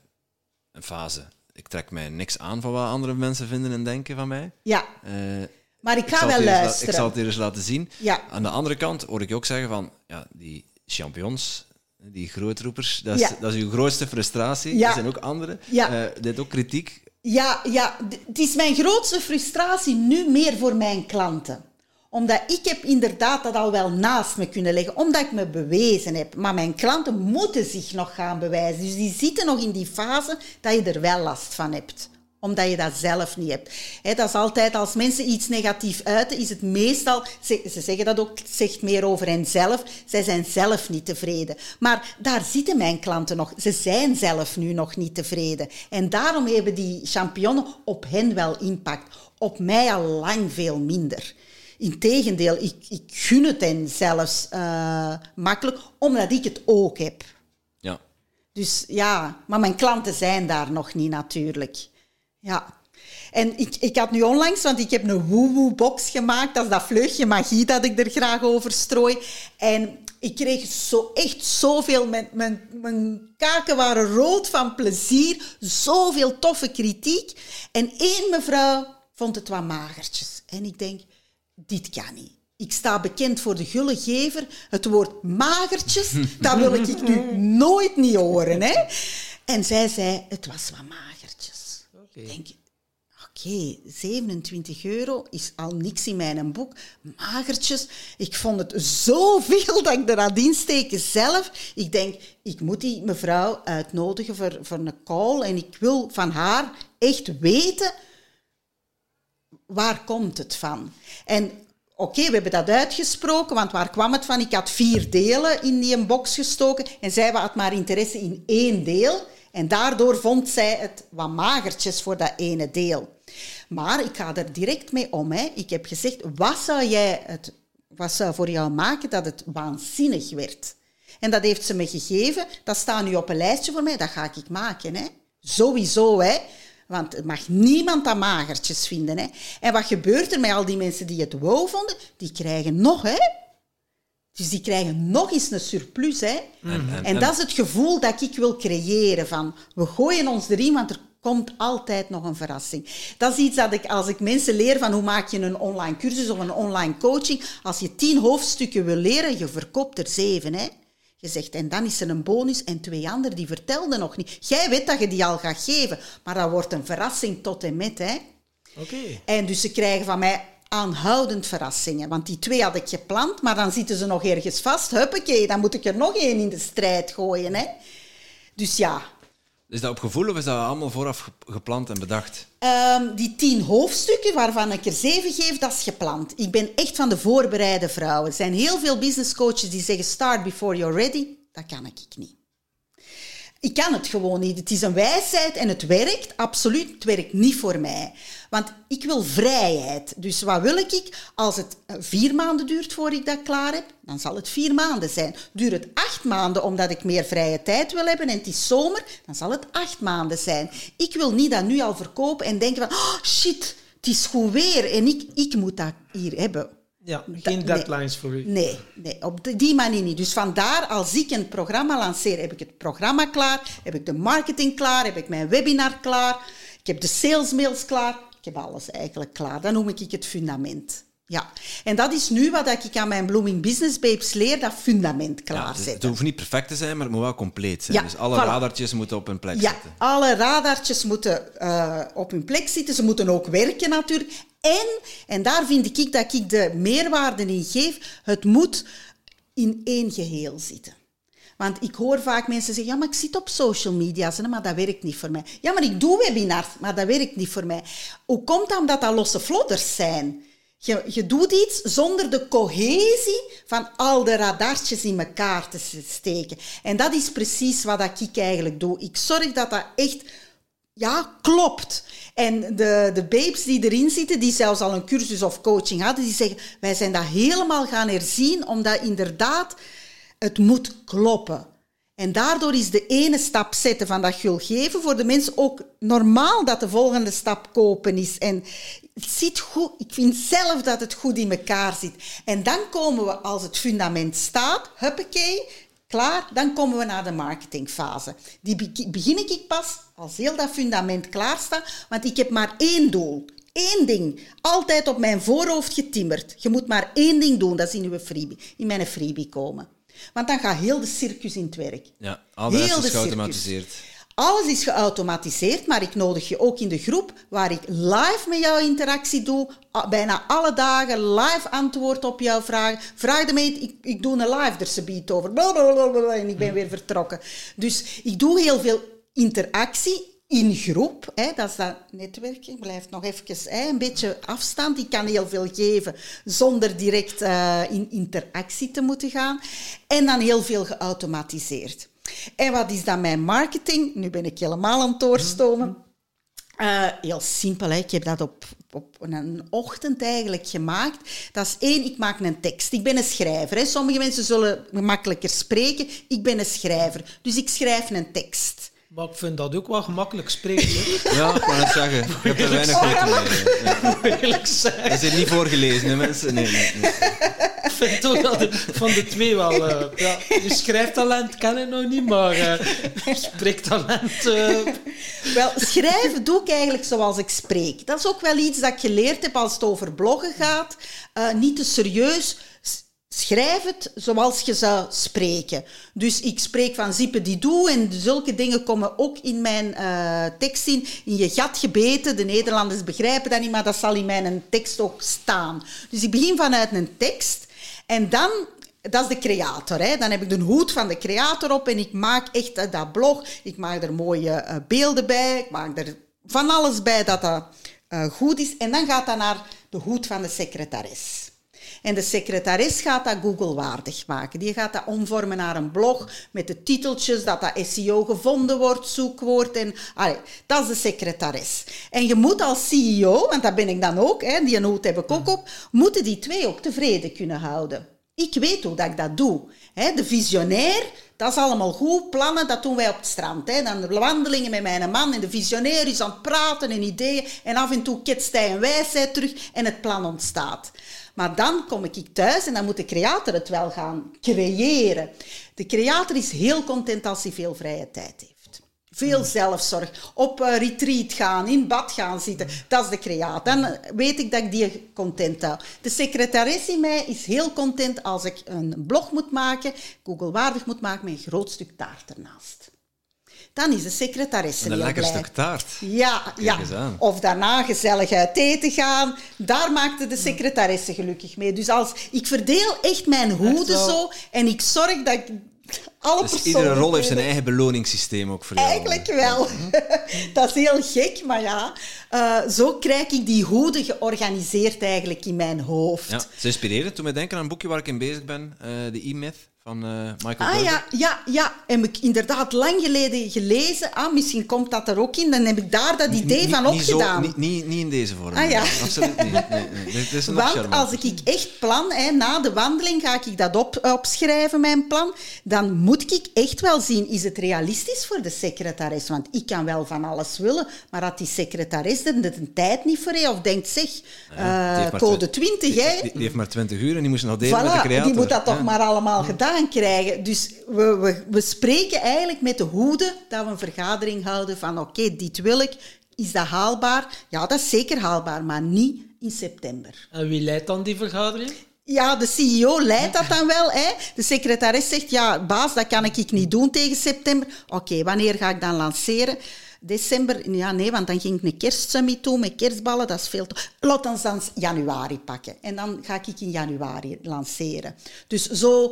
een fase. Ik trek mij niks aan van wat andere mensen vinden en denken van mij. Ja. Uh, maar ik ga ik wel luisteren. La- ik zal het hier eens laten zien. Ja. Aan de andere kant hoor ik je ook zeggen van, ja, die champions, die grootroepers, dat is, ja. dat is uw grootste frustratie. Ja. Er zijn ook anderen. Ja. Uh, dit ook kritiek. Ja, ja, het is mijn grootste frustratie nu meer voor mijn klanten. Omdat ik heb inderdaad dat al wel naast me kunnen leggen, omdat ik me bewezen heb. Maar mijn klanten moeten zich nog gaan bewijzen. Dus die zitten nog in die fase dat je er wel last van hebt. Omdat je dat zelf niet hebt. He, dat is altijd, als mensen iets negatief uiten, is het meestal... Ze, ze zeggen dat ook, het zegt meer over hen zelf. Zij zijn zelf niet tevreden. Maar daar zitten mijn klanten nog. Ze zijn zelf nu nog niet tevreden. En daarom hebben die champignonnen op hen wel impact. Op mij al lang veel minder. Integendeel, ik, ik gun het hen zelfs uh, makkelijk, omdat ik het ook heb. Ja. Dus ja, maar mijn klanten zijn daar nog niet natuurlijk. Ja. En ik, ik had nu onlangs, want ik heb een woe-woe-box gemaakt, dat is dat vleugje magie dat ik er graag over strooi. En ik kreeg zo, echt zoveel, mijn, mijn, mijn kaken waren rood van plezier, zoveel toffe kritiek. En één mevrouw vond het wat magertjes. En ik denk... Dit kan niet. Ik sta bekend voor de gullegever. Het woord magertjes, dat wil ik nu nooit niet horen. Hè? En zij zei, het was wat magertjes. Okay. Ik denk, oké, okay, zevenentwintig euro is al niks in mijn boek. Magertjes. Ik vond het zoveel dat ik er aan insteken zelf. Ik denk, ik moet die mevrouw uitnodigen voor, voor een call. En ik wil van haar echt weten... Waar komt het van? En oké, okay, we hebben dat uitgesproken, want waar kwam het van? Ik had vier delen in die box gestoken en zij had maar interesse in één deel. En daardoor vond zij het wat magertjes voor dat ene deel. Maar ik ga er direct mee om. Hè. Ik heb gezegd, wat zou, jij het, wat zou voor jou maken dat het waanzinnig werd? En dat heeft ze me gegeven. Dat staat nu op een lijstje voor mij. Dat ga ik maken. Hè. Sowieso, hè. Want het mag niemand dat magertjes vinden. Hè. En wat gebeurt er met al die mensen die het wow vonden? Die krijgen nog, hè. Dus die krijgen nog eens een surplus, hè. Mm-hmm. En, en dat is het gevoel dat ik wil creëren. Van, we gooien ons erin, want er komt altijd nog een verrassing. Dat is iets dat ik, als ik mensen leer van hoe maak je een online cursus of een online coaching. Als je tien hoofdstukken wil leren, je verkoopt er zeven, hè. Je zegt, en dan is er een bonus en twee anderen, die vertelden nog niet. Jij weet dat je die al gaat geven, maar dat wordt een verrassing tot en met. Hè? Okay. En dus ze krijgen van mij aanhoudend verrassingen. Want die twee had ik gepland, maar dan zitten ze nog ergens vast. Huppakee, dan moet ik er nog één in de strijd gooien. Hè? Dus ja... Is dat op gevoel of is dat allemaal vooraf gepland en bedacht? Um, die tien hoofdstukken, waarvan ik er zeven geef, dat is gepland. Ik ben echt van de voorbereide vrouwen. Er zijn heel veel business coaches die zeggen start before you're ready. Dat kan ik niet. Ik kan het gewoon niet. Het is een wijsheid en het werkt. Absoluut, het werkt niet voor mij. Want ik wil vrijheid. Dus wat wil ik? Als het vier maanden duurt voordat ik dat klaar heb, dan zal het vier maanden zijn. Duurt het acht maanden omdat ik meer vrije tijd wil hebben en het is zomer, dan zal het acht maanden zijn. Ik wil niet dat nu al verkopen en denken van, oh shit, het is goed weer en ik, ik moet dat hier hebben. Ja, geen deadlines nee, voor u. Nee, nee, op die manier niet. Dus vandaar, als ik een programma lanceer, heb ik het programma klaar, heb ik de marketing klaar, heb ik mijn webinar klaar, ik heb de salesmails klaar, ik heb alles eigenlijk klaar. Dan noem ik het fundament. Ja, en dat is nu wat ik aan mijn Blooming Business Babes leer, dat fundament klaarzetten. Ja, het hoeft niet perfect te zijn, maar het moet wel compleet zijn. Ja, dus alle voilà. radartjes moeten op hun plek ja, zitten. alle radartjes moeten uh, op hun plek zitten. Ze moeten ook werken natuurlijk. En, en daar vind ik dat ik de meerwaarde in geef, het moet in één geheel zitten. Want ik hoor vaak mensen zeggen, ja, maar ik zit op social media, maar dat werkt niet voor mij. Ja, maar ik doe webinars, maar dat werkt niet voor mij. Hoe komt dat omdat dat losse vlodders zijn? Je, je doet iets zonder de cohesie van al de radartjes in elkaar te steken. En dat is precies wat ik eigenlijk doe. Ik zorg dat dat echt ja, klopt. En de, de babes die erin zitten, die zelfs al een cursus of coaching hadden, die zeggen, wij zijn dat helemaal gaan herzien, omdat inderdaad het moet kloppen. En daardoor is de ene stap zetten van dat gul geven voor de mensen ook normaal dat de volgende stap kopen is. En het zit goed. Ik vind zelf dat het goed in elkaar zit. En dan komen we, als het fundament staat, huppakee, klaar, dan komen we naar de marketingfase. Die be- begin ik pas als heel dat fundament klaar staat, want ik heb maar één doel. Eén ding. Altijd op mijn voorhoofd getimmerd. Je moet maar één ding doen, dat is in uw freebie, in mijn freebie komen. Want dan gaat heel de circus in het werk. Ja, alles is geautomatiseerd. Alles is geautomatiseerd, maar ik nodig je ook in de groep waar ik live met jou interactie doe, bijna alle dagen live antwoord op jouw vragen. Vraag me, ik, ik doe een live, er beat over, blablabla, en ik ben weer vertrokken. Dus ik doe heel veel interactie in groep, hè, dat is dat netwerken, blijft nog even hè, een beetje afstand. Ik kan heel veel geven zonder direct uh, in interactie te moeten gaan. En dan heel veel geautomatiseerd. En wat is dan mijn marketing? Nu ben ik helemaal aan het doorstomen. Uh, heel simpel, hè. Ik heb dat op, op een ochtend eigenlijk gemaakt. Dat is één, ik maak een tekst. Ik ben een schrijver. Hè. Sommige mensen zullen makkelijker spreken. Ik ben een schrijver. Dus ik schrijf een tekst. Maar ik vind dat ook wel gemakkelijk spreken. Ja, ik kan het zeggen. Ik heb er weinig moeite mee. Ja. Eerlijk zeggen. Dat is hier niet voorgelezen, hè, mensen? Nee, nee, nee. Ik vind toch dat de, van de twee wel... Uh, ja, je schrijftalent ken ik nog niet, maar uh, spreektalent... Uh... Wel, schrijven doe ik eigenlijk zoals ik spreek. Dat is ook wel iets dat ik geleerd heb als het over bloggen gaat. Uh, niet te serieus... Schrijf het zoals je zou spreken. Dus ik spreek van zippe die doe en zulke dingen komen ook in mijn uh, tekst in. In je gat gebeten. De Nederlanders begrijpen dat niet, maar dat zal in mijn tekst ook staan. Dus ik begin vanuit een tekst en dan... Dat is de creator. Hè. Dan heb ik de hoed van de creator op en ik maak echt uh, dat blog. Ik maak er mooie uh, beelden bij. Ik maak er van alles bij dat dat uh, goed is. En dan gaat dat naar de hoed van de secretaris. En de secretaris gaat dat Google-waardig maken. Die gaat dat omvormen naar een blog met de titeltjes, dat dat S E O gevonden wordt, zoekwoord. En, allee, dat is de secretaris. En je moet als C E O, want dat ben ik dan ook, hè, die hoed heb ik ook op, moeten die twee ook tevreden kunnen houden. Ik weet hoe dat ik dat doe. Hè. De visionair, dat is allemaal goed. Plannen, dat doen wij op het strand. Hè. Dan de wandelingen met mijn man. En de visionair is aan het praten en ideeën. En af en toe ketst hij een wijsheid terug en het plan ontstaat. Maar dan kom ik thuis en dan moet de creator het wel gaan creëren. De creator is heel content als hij veel vrije tijd heeft. Veel zelfzorg. Op uh, retreat gaan, in bad gaan zitten. Dat is de creator. Dan weet ik dat ik die content hou. De secretaris in mij is heel content als ik een blog moet maken, Google-waardig moet maken met een groot stuk taart ernaast. Dan is de secretaresse heel blij. Een lekker blij. stuk taart. Ja, ja. Of daarna gezellig uit eten gaan. Daar maakte de secretaresse gelukkig mee. Dus als, ik verdeel echt mijn hoeden echt zo en ik zorg dat ik alle dus personen... iedere rol heeft zijn eigen beloningssysteem ook voor jou. Eigenlijk wel. Dat is heel gek, maar ja. Uh, zo krijg ik die hoeden georganiseerd eigenlijk in mijn hoofd. Ja, ze inspireren toen me denken aan een boekje waar ik in bezig ben. Uh, The E-Myth. Van uh, Michael Ah Gerber. ja, ja, ja. Heb ik inderdaad lang geleden gelezen. Ah, misschien komt dat er ook in. Dan heb ik daar dat idee niet, van niet opgedaan. Zo, niet, niet, niet in deze vorm. Ah, ja. Absoluut niet. Nee, nee. Dit is een Want als ik echt plan, hè, na de wandeling ga ik dat op, opschrijven, mijn plan, dan moet ik echt wel zien, is het realistisch voor de secretaris? Want ik kan wel van alles willen, maar had die secretaris er de tijd niet voor heeft, of denkt, zeg, ja, uh, code twintig, die, hè? Die, die heeft maar twintig uur en die moest nog delen voilà, met de creator. Die moet dat toch ja. maar allemaal ja. gedaan krijgen. Dus we, we, we spreken eigenlijk met de hoede dat we een vergadering houden van oké, okay, dit wil ik. Is dat haalbaar? Ja, dat is zeker haalbaar, maar niet in september. En wie leidt dan die vergadering? Ja, de C E O leidt dat dan wel. Hè. De secretaris zegt, ja, baas, dat kan ik niet doen tegen september. Oké, okay, wanneer ga ik dan lanceren? December, ja nee, want dan ging ik een kerstsummit doen met kerstballen, dat is veel te... Laat ons dan januari pakken. En dan ga ik in januari lanceren. Dus zo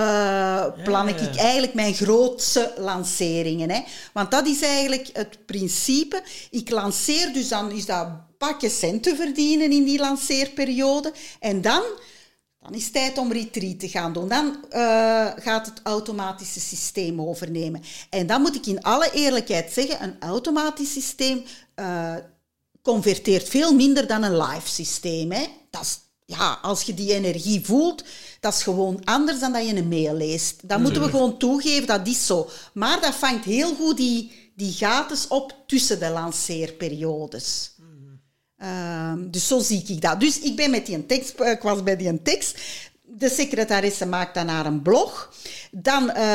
uh, plan ik, ik eigenlijk mijn grootste lanceringen. Hè. Want dat is eigenlijk het principe. Ik lanceer, dus dan is dat pakken centen verdienen in die lanceerperiode. En dan... Dan is het tijd om retreat te gaan doen. Dan uh, gaat het automatische systeem overnemen. En dan moet ik in alle eerlijkheid zeggen, een automatisch systeem uh, converteert veel minder dan een live systeem. Hè. Dat is, ja, als je die energie voelt, dat is gewoon anders dan dat je een mail leest. Dat moeten we gewoon toegeven, dat is zo. Maar dat vangt heel goed die, die gaten op tussen de lanceerperiodes. Um, dus zo zie ik dat. Dus ik ben met die tekst, ik was bij die tekst. De secretaresse maakt dan naar een blog. Dan uh,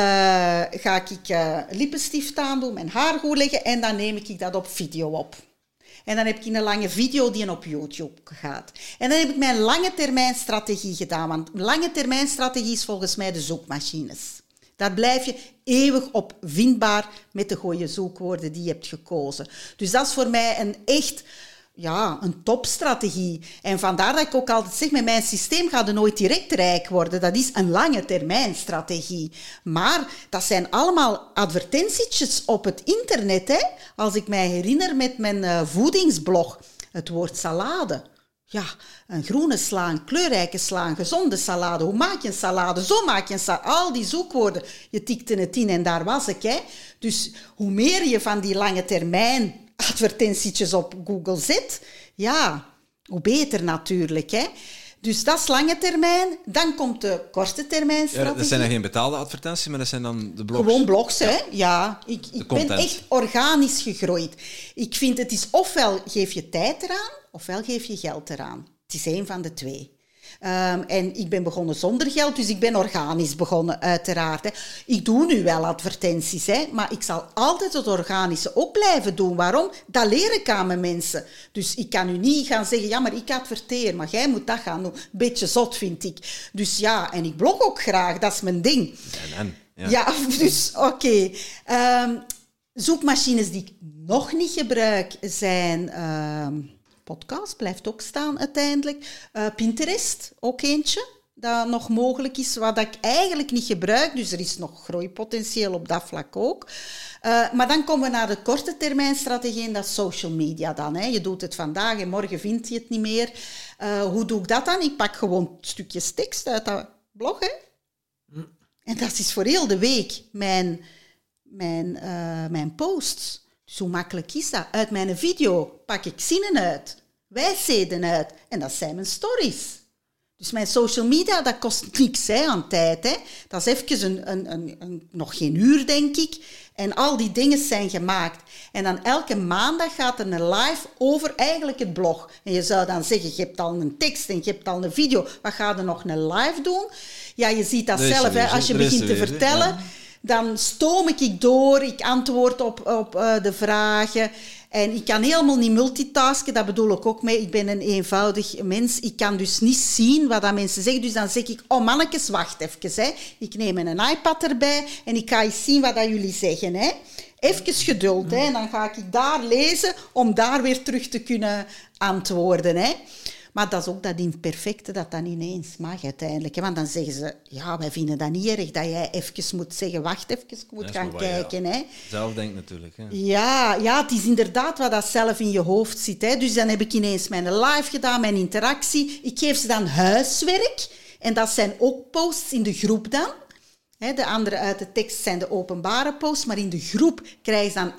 ga ik uh, lippenstift aandoen, mijn haar goed leggen en dan neem ik dat op video op. En dan heb ik een lange video die op YouTube gaat. En dan heb ik mijn lange termijn strategie gedaan. Want lange termijn strategie is volgens mij de zoekmachines. Daar blijf je eeuwig op vindbaar met de goede zoekwoorden die je hebt gekozen. Dus dat is voor mij een echt... Ja, een topstrategie. En vandaar dat ik ook altijd zeg, met mijn systeem gaat er nooit direct rijk worden. Dat is een lange termijn strategie. Maar dat zijn allemaal advertentietjes op het internet. Hè? Als ik mij herinner met mijn uh, voedingsblog, het woord salade. Ja, een groene sla, een kleurrijke sla, een gezonde salade. Hoe maak je een salade? Zo maak je een salade. Al die zoekwoorden, je tikte het in en daar was ik. Hè? Dus hoe meer je van die lange termijn advertentietjes op Google zet, ja, hoe beter natuurlijk. Hè? Dus dat is lange termijn. Dan komt de korte termijn strategie. Ja, dat zijn er geen betaalde advertenties, maar dat zijn dan de blogs. Gewoon blogs, ja. hè. Ja, ik, ik ben echt organisch gegroeid. Ik vind het is ofwel geef je tijd eraan, ofwel geef je geld eraan. Het is één van de twee. Um, en ik ben begonnen zonder geld, dus ik ben organisch begonnen, uiteraard. Hè. Ik doe nu wel advertenties, hè, maar ik zal altijd het organische ook blijven doen. Waarom? Dat leer ik aan mijn mensen. Dus ik kan u niet gaan zeggen, ja, maar ik adverteer, maar jij moet dat gaan doen. Beetje zot, vind ik. Dus ja, en ik blog ook graag, dat is mijn ding. En, en, ja. ja, dus oké. Okay. Um, zoekmachines die ik nog niet gebruik zijn... Um, podcast blijft ook staan uiteindelijk. Uh, Pinterest, ook eentje, dat nog mogelijk is, wat ik eigenlijk niet gebruik. Dus er is nog groeipotentieel op dat vlak ook. Uh, maar dan komen we naar de korte termijn strategie en dat is social media dan. Hè. Je doet het vandaag en morgen vind je het niet meer. Uh, hoe doe ik dat dan? Ik pak gewoon stukjes tekst uit dat blog. Hè. Mm. En dat is voor heel de week mijn, mijn, uh, mijn posts. Dus hoe makkelijk is dat? Uit mijn video pak ik zinnen uit, wijsheden uit en dat zijn mijn stories. Dus mijn social media, dat kost niks hè, aan tijd. Hè. Dat is even een, een, een, een, nog geen uur, denk ik. En al die dingen zijn gemaakt. En dan elke maandag gaat er een live over eigenlijk het blog. En je zou dan zeggen, je hebt al een tekst en je hebt al een video. Wat ga je nog een live doen? Ja, je ziet dat zelf. Hè, als je begint te vertellen... Ja. Dan stoom ik door, ik antwoord op, op uh, de vragen. En ik kan helemaal niet multitasken, dat bedoel ik ook mee. Ik ben een eenvoudig mens. Ik kan dus niet zien wat dat mensen zeggen. Dus dan zeg ik, oh mannetjes, wacht even. Hè. Ik neem een iPad erbij en ik ga eens zien wat dat jullie zeggen. Hè. Even geduld, hè. En dan ga ik daar lezen om daar weer terug te kunnen antwoorden. Hè. Maar dat is ook dat imperfecte dat dan ineens mag uiteindelijk. Hè? Want dan zeggen ze, ja, wij vinden dat niet erg dat jij even moet zeggen, wacht even, ik moet gaan waar, kijken. Ja. Hè? Zelf denkt natuurlijk. Hè? Ja, ja, het is inderdaad wat dat zelf in je hoofd zit. Hè? Dus dan heb ik ineens mijn live gedaan, mijn interactie. Ik geef ze dan huiswerk. En dat zijn ook posts in de groep dan. Hè? De andere uit de tekst zijn de openbare posts. Maar in de groep krijgen ze dan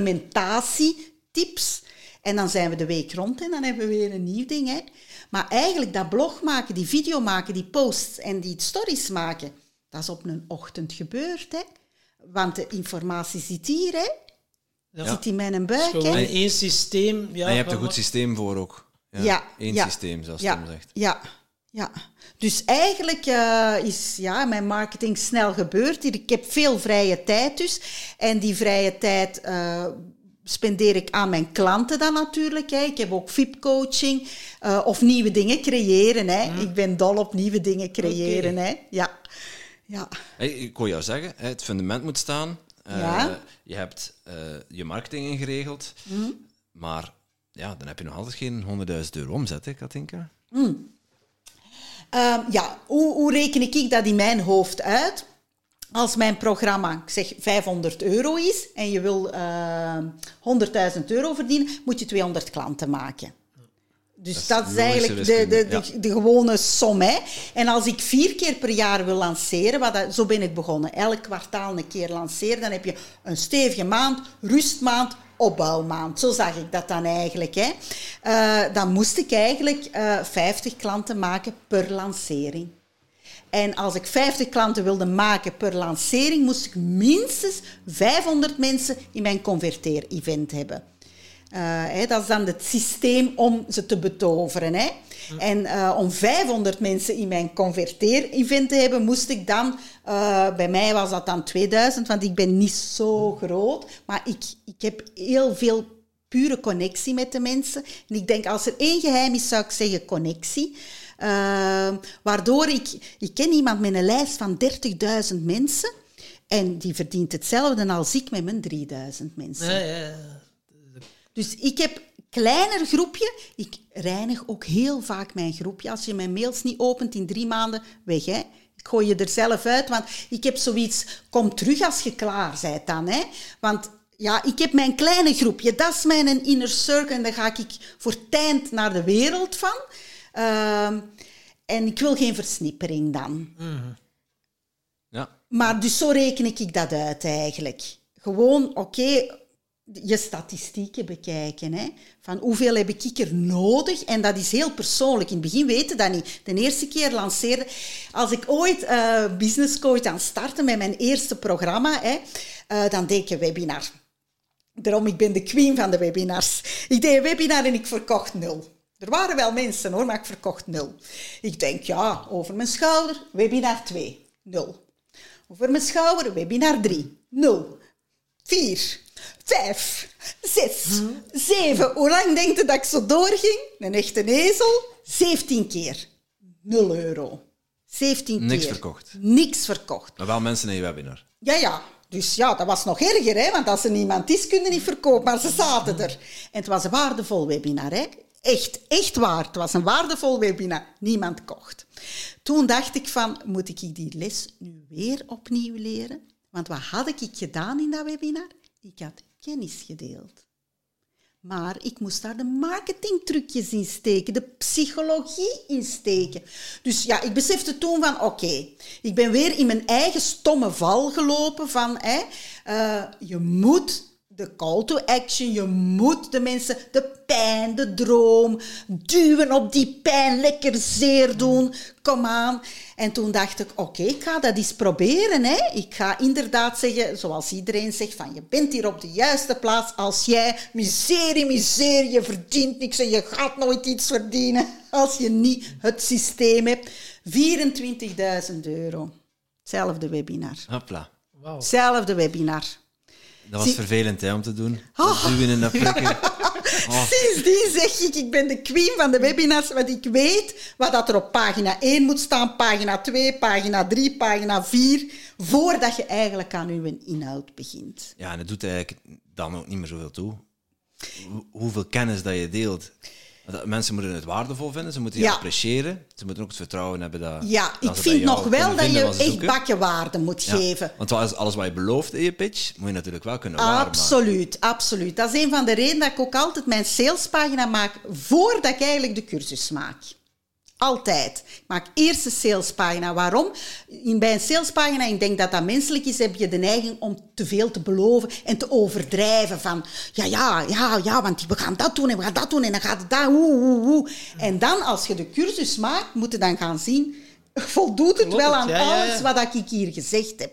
implementatietips. En dan zijn we de week rond en dan hebben we weer een nieuw ding. Hè? Maar eigenlijk dat blog maken, die video maken, die posts en die stories maken, dat is op een ochtend gebeurd. Hè? Want de informatie zit hier, hè? Ja. Zit in mijn buik. Gewoon hè? Één systeem. Ja, en je hebt een goed systeem voor ook. Ja, ja Eén ja, systeem, zoals ja, Tom zegt. Ja, ja. Dus eigenlijk uh, is ja, mijn marketing snel gebeurd. Ik heb veel vrije tijd dus. En die vrije tijd... Uh, spendeer ik aan mijn klanten dan natuurlijk. Hè. Ik heb ook V I P-coaching uh, of nieuwe dingen creëren. Hè. Mm. Ik ben dol op nieuwe dingen creëren. Okay. Hè. Ja. Ja. Hey, ik wil jou zeggen, het fundament moet staan. Uh, ja. Je hebt uh, je marketing ingeregeld. Mm. Maar ja, dan heb je nog altijd geen honderdduizend euro omzet, hè, Katinka? Mm. Uh, ja, hoe, hoe reken ik dat in mijn hoofd uit? Als mijn programma, ik zeg vijfhonderd euro is en je wil uh, honderdduizend euro verdienen, moet je tweehonderd klanten maken. Dus dat is, dat is eigenlijk de, de, de, ja. de gewone som. Hè. En als ik vier keer per jaar wil lanceren, wat dat, zo ben ik begonnen, elk kwartaal een keer lanceren, dan heb je een stevige maand, rustmaand, opbouwmaand. Zo zag ik dat dan eigenlijk. Hè. Uh, dan moest ik eigenlijk uh, vijftig klanten maken per lancering. En als ik vijftig klanten wilde maken per lancering, moest ik minstens vijfhonderd mensen in mijn converteer-event hebben. Uh, hè, dat is dan het systeem om ze te betoveren. Hè. Hm. En uh, om vijfhonderd mensen in mijn converteer-event te hebben, moest ik dan... Uh, bij mij was dat dan tweeduizend, want ik ben niet zo groot. Maar ik, ik heb heel veel pure connectie met de mensen. En ik denk, als er één geheim is, zou ik zeggen connectie. Uh, waardoor ik... Ik ken iemand met een lijst van dertigduizend mensen. En die verdient hetzelfde als ik met mijn drieduizend mensen. Ja, ja, ja. Dus ik heb een kleiner groepje. Ik reinig ook heel vaak mijn groepje. Als je mijn mails niet opent in drie maanden, weg. Hè. Ik gooi je er zelf uit, want ik heb zoiets... Kom terug als je klaar bent dan. Hè. Want ja, ik heb mijn kleine groepje. Dat is mijn inner circle. En daar ga ik voor tijd naar de wereld van. Uh, en ik wil geen versnippering dan. Mm-hmm. Ja. Maar dus zo reken ik dat uit eigenlijk. Gewoon, oké... Okay, je statistieken bekijken. Hè? Van hoeveel heb ik er nodig? En dat is heel persoonlijk. In het begin weet je dat niet. De eerste keer lanceerde... Als ik ooit uh, business coach aan starten met mijn eerste programma, hè, uh, dan deed ik een webinar. Daarom, ik ben de queen van de webinars. Ik deed een webinar en ik verkocht nul. Er waren wel mensen, hoor, maar ik verkocht nul. Ik denk, ja, over mijn schouder, webinar twee, nul. Over mijn schouder, webinar drie, nul. vier... Vijf, zes, hmm. zeven. Hoe lang denk je dat ik zo doorging? Een echte ezel. Zeventien keer. Nul euro. Zeventien keer. Niks verkocht. Niks verkocht. Maar wel mensen in je webinar. Ja, ja. Dus ja, dat was nog erger, hè. Want als er niemand is, kun je niet verkopen. Maar ze zaten er. En het was een waardevol webinar, hè. Echt, echt waar. Het was een waardevol webinar. Niemand kocht. Toen dacht ik van, moet ik die les nu weer opnieuw leren? Want wat had ik gedaan in dat webinar? Ik had kennis gedeeld. Maar ik moest daar de marketingtrucjes in steken, de psychologie in steken. Dus ja, ik besefte toen van, oké, okay, ik ben weer in mijn eigen stomme val gelopen van, hè, uh, je moet de call to action, je moet de mensen de pijn, de droom, duwen op die pijn, lekker zeer doen, kom aan. En toen dacht ik, oké, okay, ik ga dat eens proberen. Hè. Ik ga inderdaad zeggen, zoals iedereen zegt, van je bent hier op de juiste plaats als jij miserie, miserie, je verdient niks en je gaat nooit iets verdienen als je niet het systeem hebt. vierentwintigduizend euro. Hetzelfde webinar. Hopla. Wow. Hetzelfde webinar. Dat was Zie... vervelend hè, om te doen. Oh. Duwen en dat prikken. Oh. Sindsdien zeg ik, ik ben de queen van de webinars, want ik weet wat dat er op pagina één moet staan, pagina twee, pagina drie, pagina vier, voordat je eigenlijk aan je inhoud begint. Ja, en het doet eigenlijk dan ook niet meer zoveel toe. Hoe, hoeveel kennis dat je deelt. Mensen moeten het waardevol vinden, ze moeten je ja. appreciëren. Ze moeten ook het vertrouwen hebben dat... Ja, ik vind nog wel dat je echt bakkenwaarde moet ja. geven. Want alles wat je belooft in je pitch, moet je natuurlijk wel kunnen waarmaken. Absoluut, absoluut. Dat is een van de redenen dat ik ook altijd mijn salespagina maak voordat ik eigenlijk de cursus maak. Altijd. Ik maak eerst een salespagina. Waarom? In, bij een salespagina, ik denk dat dat menselijk is, heb je de neiging om te veel te beloven en te overdrijven. Van, ja, ja, ja, ja, want we gaan dat doen en we gaan dat doen en dan gaat het dat, oeh, oeh, oeh. En dan, als je de cursus maakt, moet je dan gaan zien, voldoet het wel aan ja, alles ja, ja. wat ik hier gezegd heb.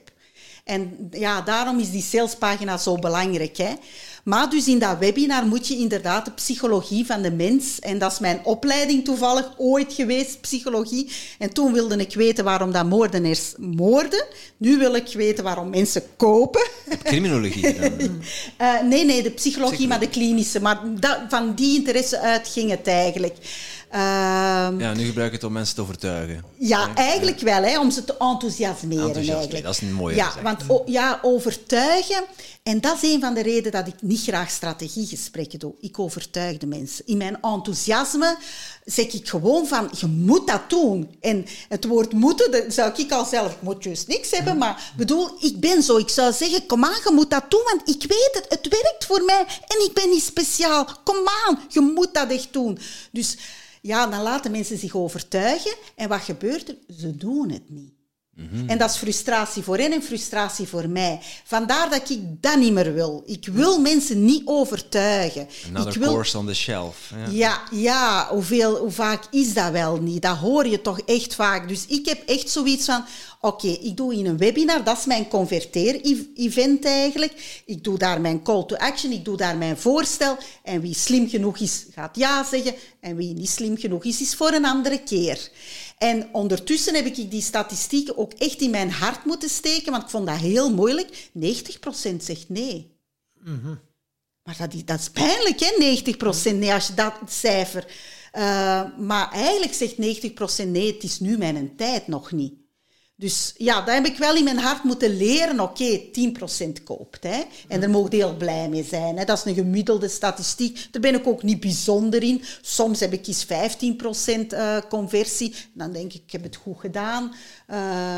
En ja, daarom is die salespagina zo belangrijk, hè. Maar dus in dat webinar moet je inderdaad de psychologie van de mens... En dat is mijn opleiding toevallig ooit geweest, psychologie. En toen wilde ik weten waarom dat moordenaars moorden. Nu wil ik weten waarom mensen kopen. Criminologie dan? uh, nee, nee, de psychologie, psychologie, maar de klinische. Maar dat, van die interesse uit ging het eigenlijk. Uh, ja, nu gebruik je het om mensen te overtuigen. Ja, ja. eigenlijk ja. wel, hè, om ze te enthousiasmeren. Enthousiasme, eigenlijk. Dat is een mooie Ja, gezegd. want o, ja, overtuigen... En dat is een van de redenen dat ik niet graag strategiegesprekken doe. Ik overtuig de mensen. In mijn enthousiasme zeg ik gewoon van, je moet dat doen. En het woord moeten, dat zou ik al zelf, ik moet juist niks hebben, maar bedoel, ik ben zo. Ik zou zeggen, kom aan, je moet dat doen, want ik weet het, het werkt voor mij en ik ben niet speciaal. Kom aan, je moet dat echt doen. Dus ja, dan laten mensen zich overtuigen. En wat gebeurt er? Ze doen het niet. Mm-hmm. En dat is frustratie voor hen en frustratie voor mij. Vandaar dat ik dat niet meer wil. Ik wil mensen niet overtuigen. Another ik wil... course on the shelf. Ja, ja, ja hoeveel, hoe vaak is dat wel niet? Dat hoor je toch echt vaak. Dus ik heb echt zoiets van... Oké, okay, ik doe in een webinar, dat is mijn converteer-event eigenlijk. Ik doe daar mijn call to action, ik doe daar mijn voorstel. En wie slim genoeg is, gaat ja zeggen. En wie niet slim genoeg is, is voor een andere keer. En ondertussen heb ik die statistieken ook echt in mijn hart moeten steken, want ik vond dat heel moeilijk. negentig procent zegt nee. Mm-hmm. Maar dat is, dat is pijnlijk, hè, negentig procent nee, als je dat cijfer... Uh, maar eigenlijk zegt negentig procent nee, het is nu mijn tijd nog niet. Dus ja, dat heb ik wel in mijn hart moeten leren. Oké, okay, tien procent koopt. Hè. En daar mogen heel blij mee zijn. Hè. Dat is een gemiddelde statistiek. Daar ben ik ook niet bijzonder in. Soms heb ik eens vijftien procent uh, conversie. Dan denk ik, ik heb het goed gedaan. Uh,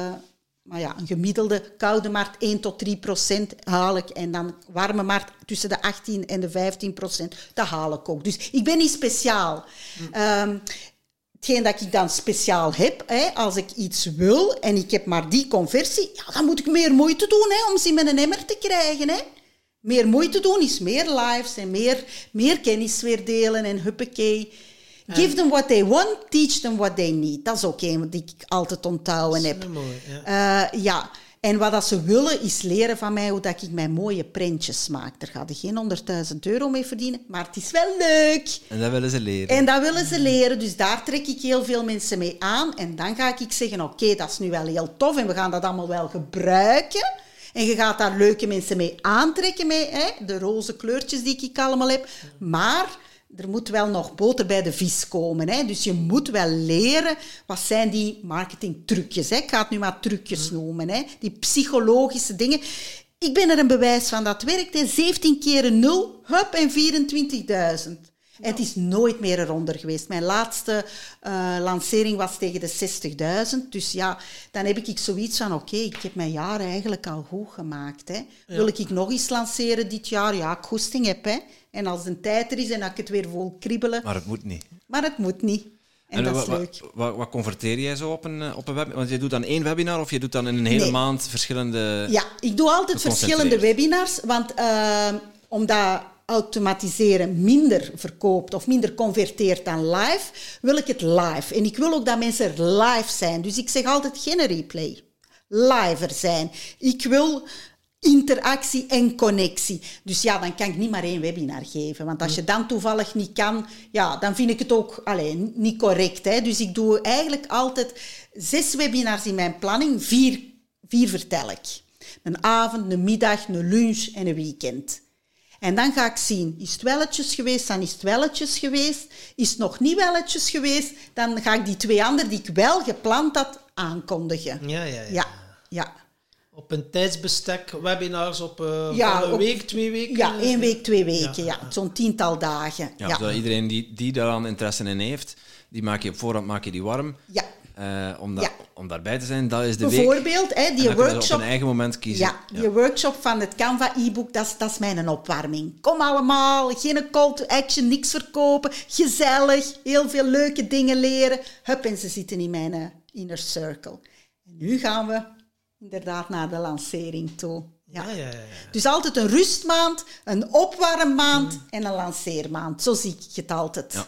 maar ja, een gemiddelde koude markt één tot drie procent haal ik. En dan warme markt tussen de achttien en de vijftien procent. Dat haal ik ook. Dus ik ben niet speciaal. Mm. Um, Hetgeen dat ik dan speciaal heb, hè, als ik iets wil en ik heb maar die conversie, ja, dan moet ik meer moeite doen hè, om ze in mijn emmer te krijgen. Hè. Meer moeite doen is meer lives en meer, meer kennis weer delen en huppakee. En give them what they want, teach them what they need. Dat is ook een die ik altijd onthouden heb. Mooi, ja. Uh, ja. En wat dat ze willen is leren van mij hoe dat ik mijn mooie prentjes maak. Daar gaat er geen honderdduizend euro mee verdienen, maar het is wel leuk. En dat willen ze leren. En dat willen ze leren, dus daar trek ik heel veel mensen mee aan. En dan ga ik zeggen, oké, okay, dat is nu wel heel tof en we gaan dat allemaal wel gebruiken. En je gaat daar leuke mensen mee aantrekken, mee, hè? De roze kleurtjes die ik allemaal heb. Maar... er moet wel nog boter bij de vis komen. Hè? Dus je moet wel leren, wat zijn die marketingtrucjes? Hè? Ik ga het nu maar trucjes noemen. Hè? Die psychologische dingen. Ik ben er een bewijs van, dat werkt. Hè? zeventien keer een nul, hup, en vierentwintigduizend. En het is nooit meer eronder geweest. Mijn laatste uh, lancering was tegen de zestigduizend. Dus ja, dan heb ik zoiets van... Oké, okay, ik heb mijn jaar eigenlijk al goed gemaakt. Hè. Ja. Wil ik nog eens lanceren dit jaar? Ja, ik goesting heb. Hè. En als de tijd er is en dat ik het weer vol kriebelen... Maar het moet niet. Maar het moet niet. En, en dat is wat, leuk. Wat, wat, wat converteer jij zo op een, op een webinar? Want je doet dan één webinar of je doet dan in een hele nee. maand verschillende... Ja, ik doe altijd verschillende webinars. Want uh, omdat... automatiseren minder verkoopt of minder converteert dan live, wil ik het live. En ik wil ook dat mensen live zijn. Dus ik zeg altijd geen replay. Liver zijn. Ik wil interactie en connectie. Dus ja, dan kan ik niet maar één webinar geven. Want als je dan toevallig niet kan, ja, dan vind ik het ook allee, niet correct. Hè. Dus ik doe eigenlijk altijd zes webinars in mijn planning. Vier, vier vertel ik. Een avond, een middag, een lunch en een weekend. En dan ga ik zien, is het welletjes geweest, dan is het welletjes geweest. Is het nog niet welletjes geweest, dan ga ik die twee anderen die ik wel gepland had, aankondigen. Ja, ja, ja. ja, ja. Op een tijdsbestek, webinars op uh, ja, een op, week, twee weken? Ja, één week, twee weken, ja. ja. Zo'n tiental dagen. Ja, ja. Zodat iedereen die, die daaraan interesse in heeft, die maak je op voorhand maak je die warm. Ja. Uh, om, da- ja. om daarbij te zijn, dat is de Bijvoorbeeld, week. Hè, die en workshop... op een eigen moment kiezen. Ja, die ja. workshop van het Canva e-book, dat is mijn opwarming. Kom allemaal, geen call to action, niks verkopen, gezellig, heel veel leuke dingen leren. Hup, en ze zitten in mijn uh, inner circle. En nu gaan we inderdaad naar de lancering toe. Ja. Ja, ja, ja. Dus altijd een rustmaand, een opwarmmaand hmm. en een lanceermaand. Zo zie ik het altijd. Ja.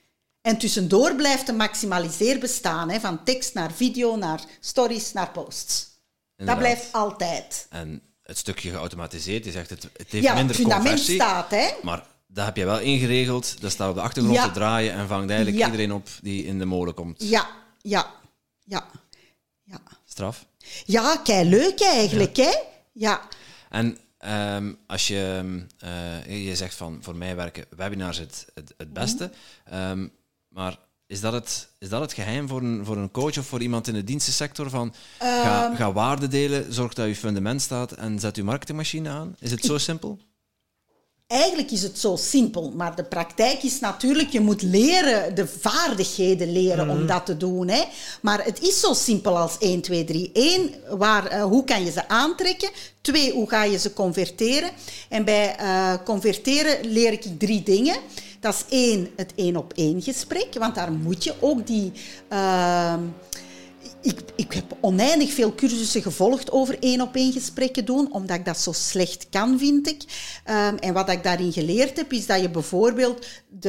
En tussendoor blijft een maximaliseer bestaan. Hè, van tekst naar video, naar stories, naar posts. Inderdaad. Dat blijft altijd. En het stukje geautomatiseerd, je zegt het, het heeft ja, minder het fundament conversie. Staat, hè. Maar dat heb je wel ingeregeld. Dat staat op de achtergrond ja. te draaien en vangt eigenlijk ja. iedereen op die in de molen komt. Ja, ja, ja. ja. Straf? Ja, kei leuk eigenlijk, ja. hè. Ja. En um, als je, uh, je zegt van, voor mij werken webinars het, het, het beste. Mm. Um, Maar is dat het, is dat het geheim voor een, voor een coach of voor iemand in de dienstensector? Van, um, ga, ga waarde delen, zorg dat je fundament staat en zet je marketingmachine aan? Is het zo ik, simpel? Eigenlijk is het zo simpel, maar de praktijk is natuurlijk... Je moet leren, de vaardigheden leren mm. om dat te doen. Hè. Maar het is zo simpel als één, twee, drie. Eén, waar, uh, hoe kan je ze aantrekken? Twee, hoe ga je ze converteren? En bij uh, converteren leer ik drie dingen... Dat is één, het één-op-één gesprek, want daar moet je ook die... Uh, Ik, ik heb oneindig veel cursussen gevolgd over één-op-één gesprekken doen, omdat ik dat zo slecht kan, vind ik. Um, en wat ik daarin geleerd heb, is dat je bijvoorbeeld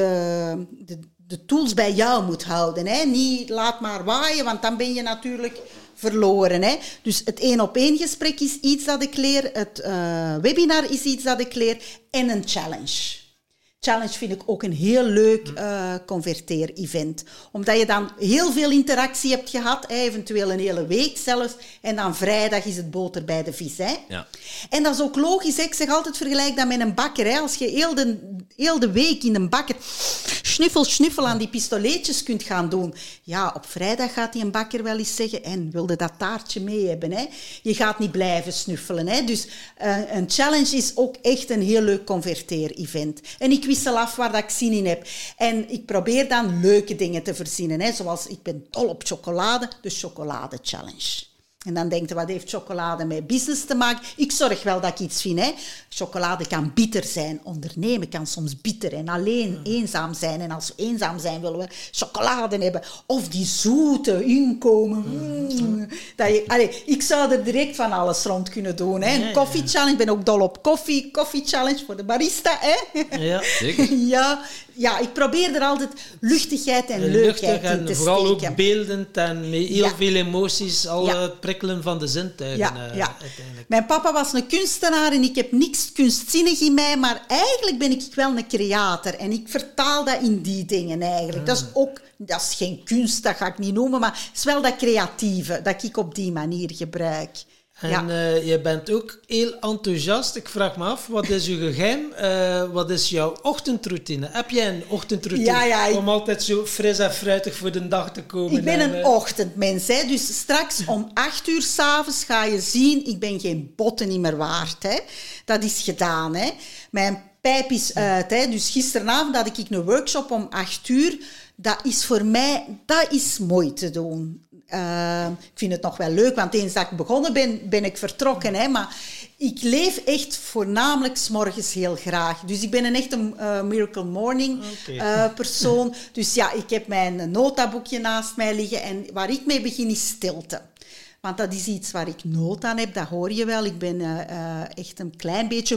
de, de, de tools bij jou moet houden. Hè? Niet laat maar waaien, want dan ben je natuurlijk verloren. Hè? Dus het één-op-één gesprek is iets dat ik leer, het uh, webinar is iets dat ik leer en een challenge. Challenge vind ik ook een heel leuk uh, converteer-event. Omdat je dan heel veel interactie hebt gehad, hè, eventueel een hele week zelfs. En dan vrijdag is het boter bij de vis. Hè. Ja. En dat is ook logisch. Hè. Ik zeg altijd vergelijk dat met een bakker. Hè. Als je heel de, heel de week in een bakker snuffel, snuffel aan die pistoletjes kunt gaan doen. Ja, op vrijdag gaat die een bakker wel eens zeggen, en wilde dat taartje mee hebben. Hè. Je gaat niet blijven snuffelen. Hè. Dus uh, een challenge is ook echt een heel leuk converteer-event. En ik wissel af waar dat ik zin in heb. En ik probeer dan leuke dingen te verzinnen. Hè. Zoals, ik ben dol op chocolade, de chocolade challenge. En dan denk je, wat heeft chocolade met business te maken? Ik zorg wel dat ik iets vind. Hè. Chocolade kan bitter zijn. Ondernemen kan soms bitter en alleen eenzaam zijn. En als we eenzaam zijn, willen we chocolade hebben. Of die zoete inkomen. Mm. Dat je, allez, ik zou er direct van alles rond kunnen doen. Hè. Een koffie challenge. Ik ben ook dol op koffie. Koffie challenge voor de barista. Hè. Ja, zeker. Ja, ja, ik probeer er altijd luchtigheid en Luchtig leukheid en in te vooral steken. ook beeldend en met heel Ja. veel emoties, al Ja. het prikkelen van de zintuigen Ja, uh, ja. uiteindelijk. Mijn papa was een kunstenaar en ik heb niks kunstzinnig in mij, maar eigenlijk ben ik wel een creator en ik vertaal dat in die dingen eigenlijk. Mm. Dat is ook, dat is geen kunst, dat ga ik niet noemen, maar het is wel dat creatieve dat ik op die manier gebruik. En Ja. uh, je bent ook heel enthousiast. Ik vraag me af, wat is je geheim? Uh, wat is jouw ochtendroutine? Heb jij een ochtendroutine Ja, ja, ik- om altijd zo fris en fruitig voor de dag te komen? Ik ben en, een uh, ochtendmens, hè. Dus straks om acht uur 's avonds ga je zien, ik ben geen botten niet meer waard. Hè. Dat is gedaan. Hè. Mijn pijp is uit. Hè. Dus gisteravond had ik een workshop om acht uur. Dat is voor mij, dat is mooi te doen. Uh, ik vind het nog wel leuk, want eens dat ik begonnen ben, ben ik vertrokken. Hè, maar ik leef echt voornamelijk 's morgens heel graag. Dus ik ben een echte uh, Miracle Morning Okay. uh, persoon. Dus ja, ik heb mijn notaboekje naast mij liggen. En waar ik mee begin is stilte. Want dat is iets waar ik nood aan heb, dat hoor je wel. Ik ben uh, uh, echt een klein beetje...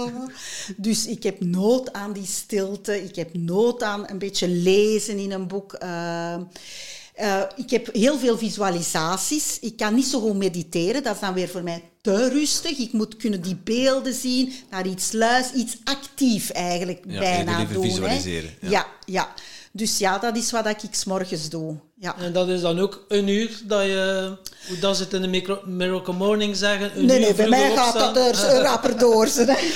Dus ik heb nood aan die stilte. Ik heb nood aan een beetje lezen in een boek. Uh, uh, ik heb heel veel visualisaties. Ik kan niet zo goed mediteren. Dat is dan weer voor mij te rustig. Ik moet kunnen die beelden zien, naar iets luisteren. Iets actief eigenlijk Ja, bijna liever doen. visualiseren. Hè. Ja. Ja, ja. Dus ja, dat is wat ik 's morgens doe. Ja. En dat is dan ook een uur dat je... Hoe dat ze het in de micro, Miracle Morning zeggen? Een Nee, uur nee, bij vroeger mij gaat opstaan. dat er rapper door.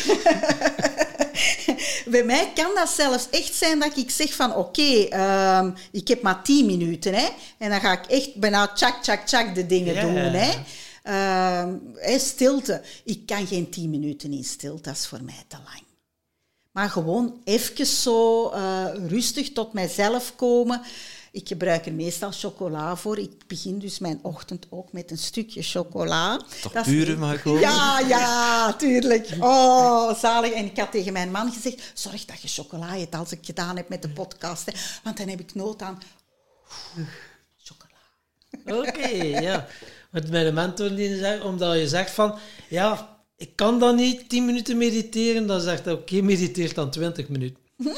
Bij mij kan dat zelfs echt zijn dat ik zeg van oké, okay, um, ik heb maar tien minuten. Hè, en dan ga ik echt bijna tjak, tjak, tjak de dingen Ja. doen. Hè. Um, hè, stilte. Ik kan geen tien minuten in stilte, dat is voor mij te lang. Maar gewoon even zo uh, rustig tot mijzelf komen. Ik gebruik er meestal chocola voor. Ik begin dus mijn ochtend ook met een stukje chocola. Toch Dat is- pure, mag ik horen? Ja, ja, tuurlijk. Oh, zalig. En ik had tegen mijn man gezegd, zorg dat je chocola eet als ik gedaan heb met de podcast. Hè, want dan heb ik nood aan chocola. Oké, ja. Want mijn mentor die zegt, omdat je zegt van... Ja, ik kan dan niet tien minuten mediteren. Dan zegt hij, oké, mediteer dan twintig minuten.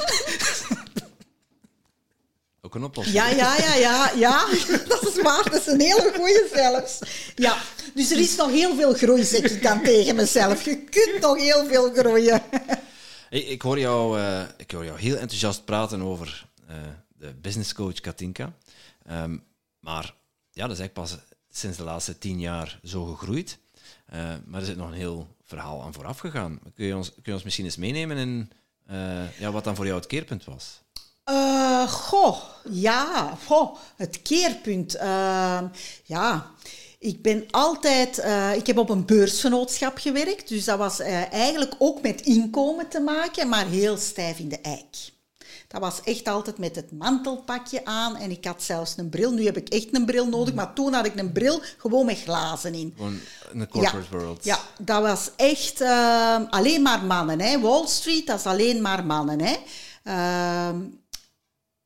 Ook een oplossing. Ja, ja, ja, ja, ja. Dat is waar. Dat is een hele goeie zelfs. Ja, dus er is nog heel veel groei, zeg ik dan tegen mezelf. Je kunt nog heel veel groeien. Hey, ik, hoor jou, uh, ik hoor jou heel enthousiast praten over uh, de businesscoach Katinka. Um, maar ja, dat is eigenlijk pas sinds de laatste tien jaar zo gegroeid. Uh, maar er zit nog een heel verhaal aan vooraf gegaan. Kun je ons, kun je ons misschien eens meenemen in uh, ja, wat dan voor jou het keerpunt was? Uh, goh, ja, goh, het keerpunt. Uh, ja, ik ben altijd... Uh, ik heb op een beursgenootschap gewerkt, dus dat was uh, eigenlijk ook met inkomen te maken, maar heel stijf in de eik. Dat was echt altijd met het mantelpakje aan en ik had zelfs een bril. Nu heb ik echt een bril nodig, maar toen had ik een bril gewoon met glazen in. Gewoon in de corporate ja, world. Ja, dat was echt uh, alleen maar mannen. Hè. Wall Street, dat is alleen maar mannen. Hè. Uh,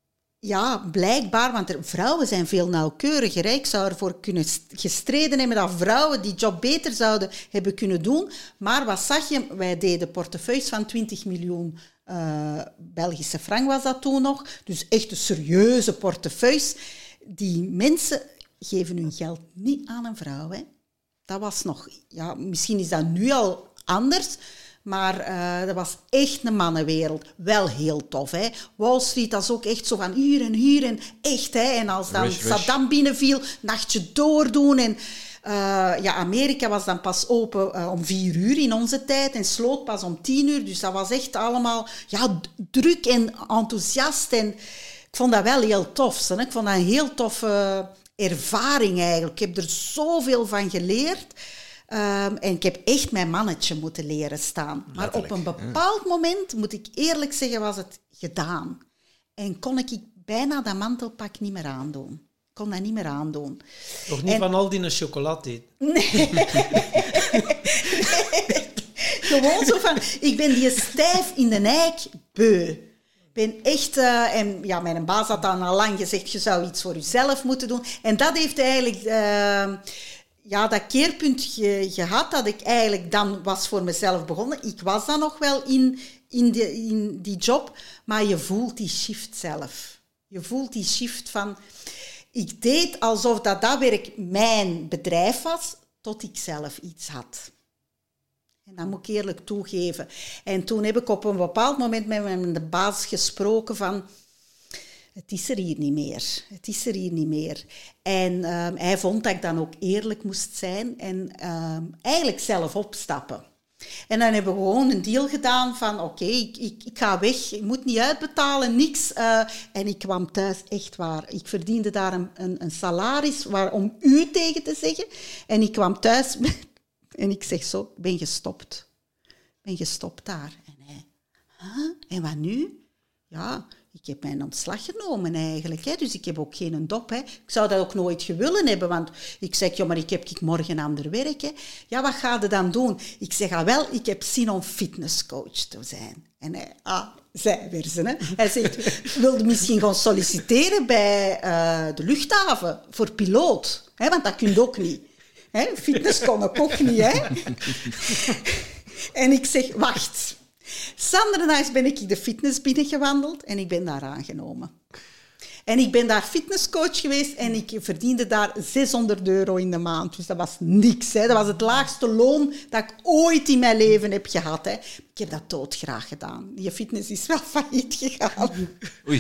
ja, blijkbaar, want er, vrouwen zijn veel nauwkeuriger. Hè. Ik zou ervoor kunnen gestreden hebben dat vrouwen die job beter zouden hebben kunnen doen. Maar wat zag je? Wij deden portefeuilles van twintig miljoen uh, Belgische frank was dat toen nog. Dus echt een serieuze portefeuilles. Die mensen geven hun geld niet aan een vrouw. Hè. Dat was nog... Ja, misschien is dat nu al anders... Maar uh, dat was echt een mannenwereld. Wel heel tof, hè. Wall Street, dat is ook echt zo van hier en hier en echt, hè. En als dan Rush, rush. Saddam binnenviel, nachtje doordoen. En uh, ja, Amerika was dan pas open uh, om vier uur in onze tijd en sloot pas om tien uur. Dus dat was echt allemaal ja, druk en enthousiast. En ik vond dat wel heel tof. Hè. Ik vond dat een heel toffe ervaring eigenlijk. Ik heb er zoveel van geleerd. Um, en ik heb echt mijn mannetje moeten leren staan. Maar Letterlijk, op een bepaald ja. moment, moet ik eerlijk zeggen, was het gedaan. En kon ik bijna dat mantelpak niet meer aandoen. Ik kon dat niet meer aandoen. Nog niet en... van al die chocolade eten. Nee. nee. Gewoon zo van, ik ben die stijf in de nek beu. Ik ben echt... Uh, en ja, mijn baas had dan al lang gezegd, je zou iets voor jezelf moeten doen. En dat heeft eigenlijk... Uh, Ja, dat keerpunt ge, gehad dat ik eigenlijk dan was voor mezelf begonnen. Ik was dan nog wel in, in, de, in die job, maar je voelt die shift zelf. Je voelt die shift van... Ik deed alsof dat, dat werk mijn bedrijf was, tot ik zelf iets had. En dat moet ik eerlijk toegeven. En toen heb ik op een bepaald moment met mijn baas gesproken van... Het is er hier niet meer. Het is er hier niet meer. En um, hij vond dat ik dan ook eerlijk moest zijn en um, eigenlijk zelf opstappen. En dan hebben we gewoon een deal gedaan van oké, okay, ik, ik, ik ga weg, ik moet niet uitbetalen, niks. Uh, en ik kwam thuis, echt waar. Ik verdiende daar een, een, een salaris waar, om u tegen te zeggen. En ik kwam thuis en ik zeg zo, ik ben gestopt. Ik ben gestopt daar. En hij, huh? En wat nu? Ja... Ik heb mijn ontslag genomen eigenlijk, hè. Dus ik heb ook geen dop. Hè. Ik zou dat ook nooit gewillen hebben, want ik zeg, ja, maar ik heb ik morgen ander werk. Hè. Ja, wat ga je dan doen? Ik zeg, ah, wel, ik heb zin om fitnesscoach te zijn. En hij, ah, zij weer ze, hè. Hij zegt, wilde misschien gaan solliciteren bij uh, de luchthaven voor piloot, hè, want dat kun je ook niet. Hè. Fitness kon ik ook niet, hè. En ik zeg, wacht... Zandernachts ben ik de fitness binnengewandeld en ik ben daar aangenomen. En ik ben daar fitnesscoach geweest en ik verdiende daar zeshonderd euro in de maand. Dus dat was niks. Hè. Dat was het laagste loon dat ik ooit in mijn leven heb gehad. Hè. Ik heb dat doodgraag gedaan. Die fitness is wel failliet gegaan. Oei.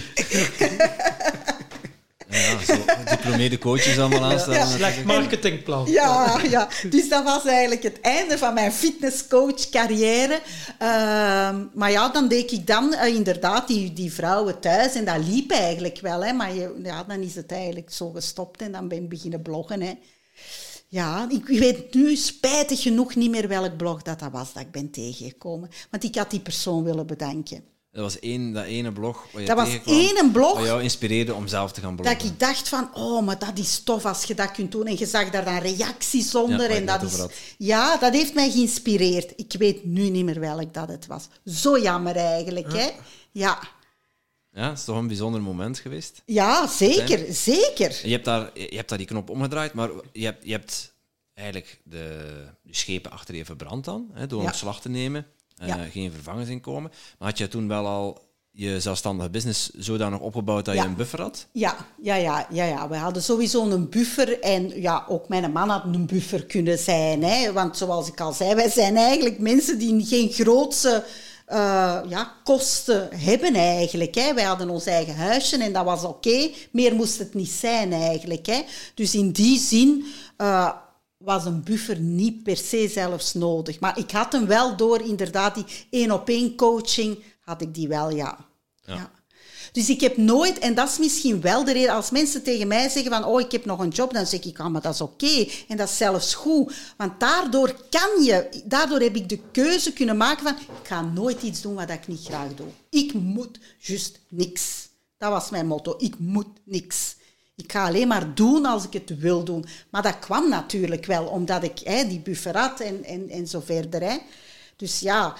Ja, zo diplomeerde coaches allemaal aanstellen. Ja, slecht marketingplan. Ja, ja, dus dat was eigenlijk het einde van mijn fitnesscoach-carrière. Uh, maar ja, dan deed ik dan uh, inderdaad die, die vrouwen thuis. En dat liep eigenlijk wel. Hè, maar je, ja, dan is het eigenlijk zo gestopt en dan ben ik beginnen bloggen. Hè. Ja, ik weet nu spijtig genoeg niet meer welk blog dat, dat was dat ik ben tegengekomen. Want ik had die persoon willen bedanken. Dat was één, dat ene blog waar je dat was tegenkwam, één blog wat jou inspireerde om zelf te gaan bloggen. Dat ik dacht van, oh, maar dat is tof als je dat kunt doen. En je zag daar dan reacties onder. Ja, en dat is, ja, dat heeft mij geïnspireerd. Ik weet nu niet meer welk dat het was. Zo jammer eigenlijk, ja. hè. Ja. Ja, het is toch een bijzonder moment geweest? Ja, zeker, zeker. Je hebt, daar, je hebt daar die knop omgedraaid, maar je hebt, je hebt eigenlijk de, de schepen achter je verbrand dan, hè, door ja. ontslag te nemen. Uh, ja. Geen vervangingsinkomen. Maar had je toen wel al je zelfstandige business zodanig opgebouwd dat ja. je een buffer had? Ja, ja, ja, ja, ja, we hadden sowieso een buffer. En ja, ook mijn man had een buffer kunnen zijn. Hè? Want zoals ik al zei, wij zijn eigenlijk mensen die geen grootse uh, ja, kosten hebben eigenlijk. Hè? Wij hadden ons eigen huisje en dat was oké. Okay. Meer moest het niet zijn eigenlijk. Hè? Dus in die zin... Uh, was een buffer niet per se zelfs nodig. Maar ik had hem wel door, inderdaad, die één-op-één coaching, had ik die wel, ja. Ja. ja. Dus ik heb nooit, en dat is misschien wel de reden, als mensen tegen mij zeggen van, oh, ik heb nog een job, dan zeg ik, ah, maar dat is oké. Okay. En dat is zelfs goed. Want daardoor kan je, daardoor heb ik de keuze kunnen maken van, ik ga nooit iets doen wat ik niet graag doe. Ik moet juist niks. Dat was mijn motto. Ik moet niks. Ik ga alleen maar doen als ik het wil doen. Maar dat kwam natuurlijk wel, omdat ik hè, die buffer had en, en, en zo verder. Hè. Dus ja,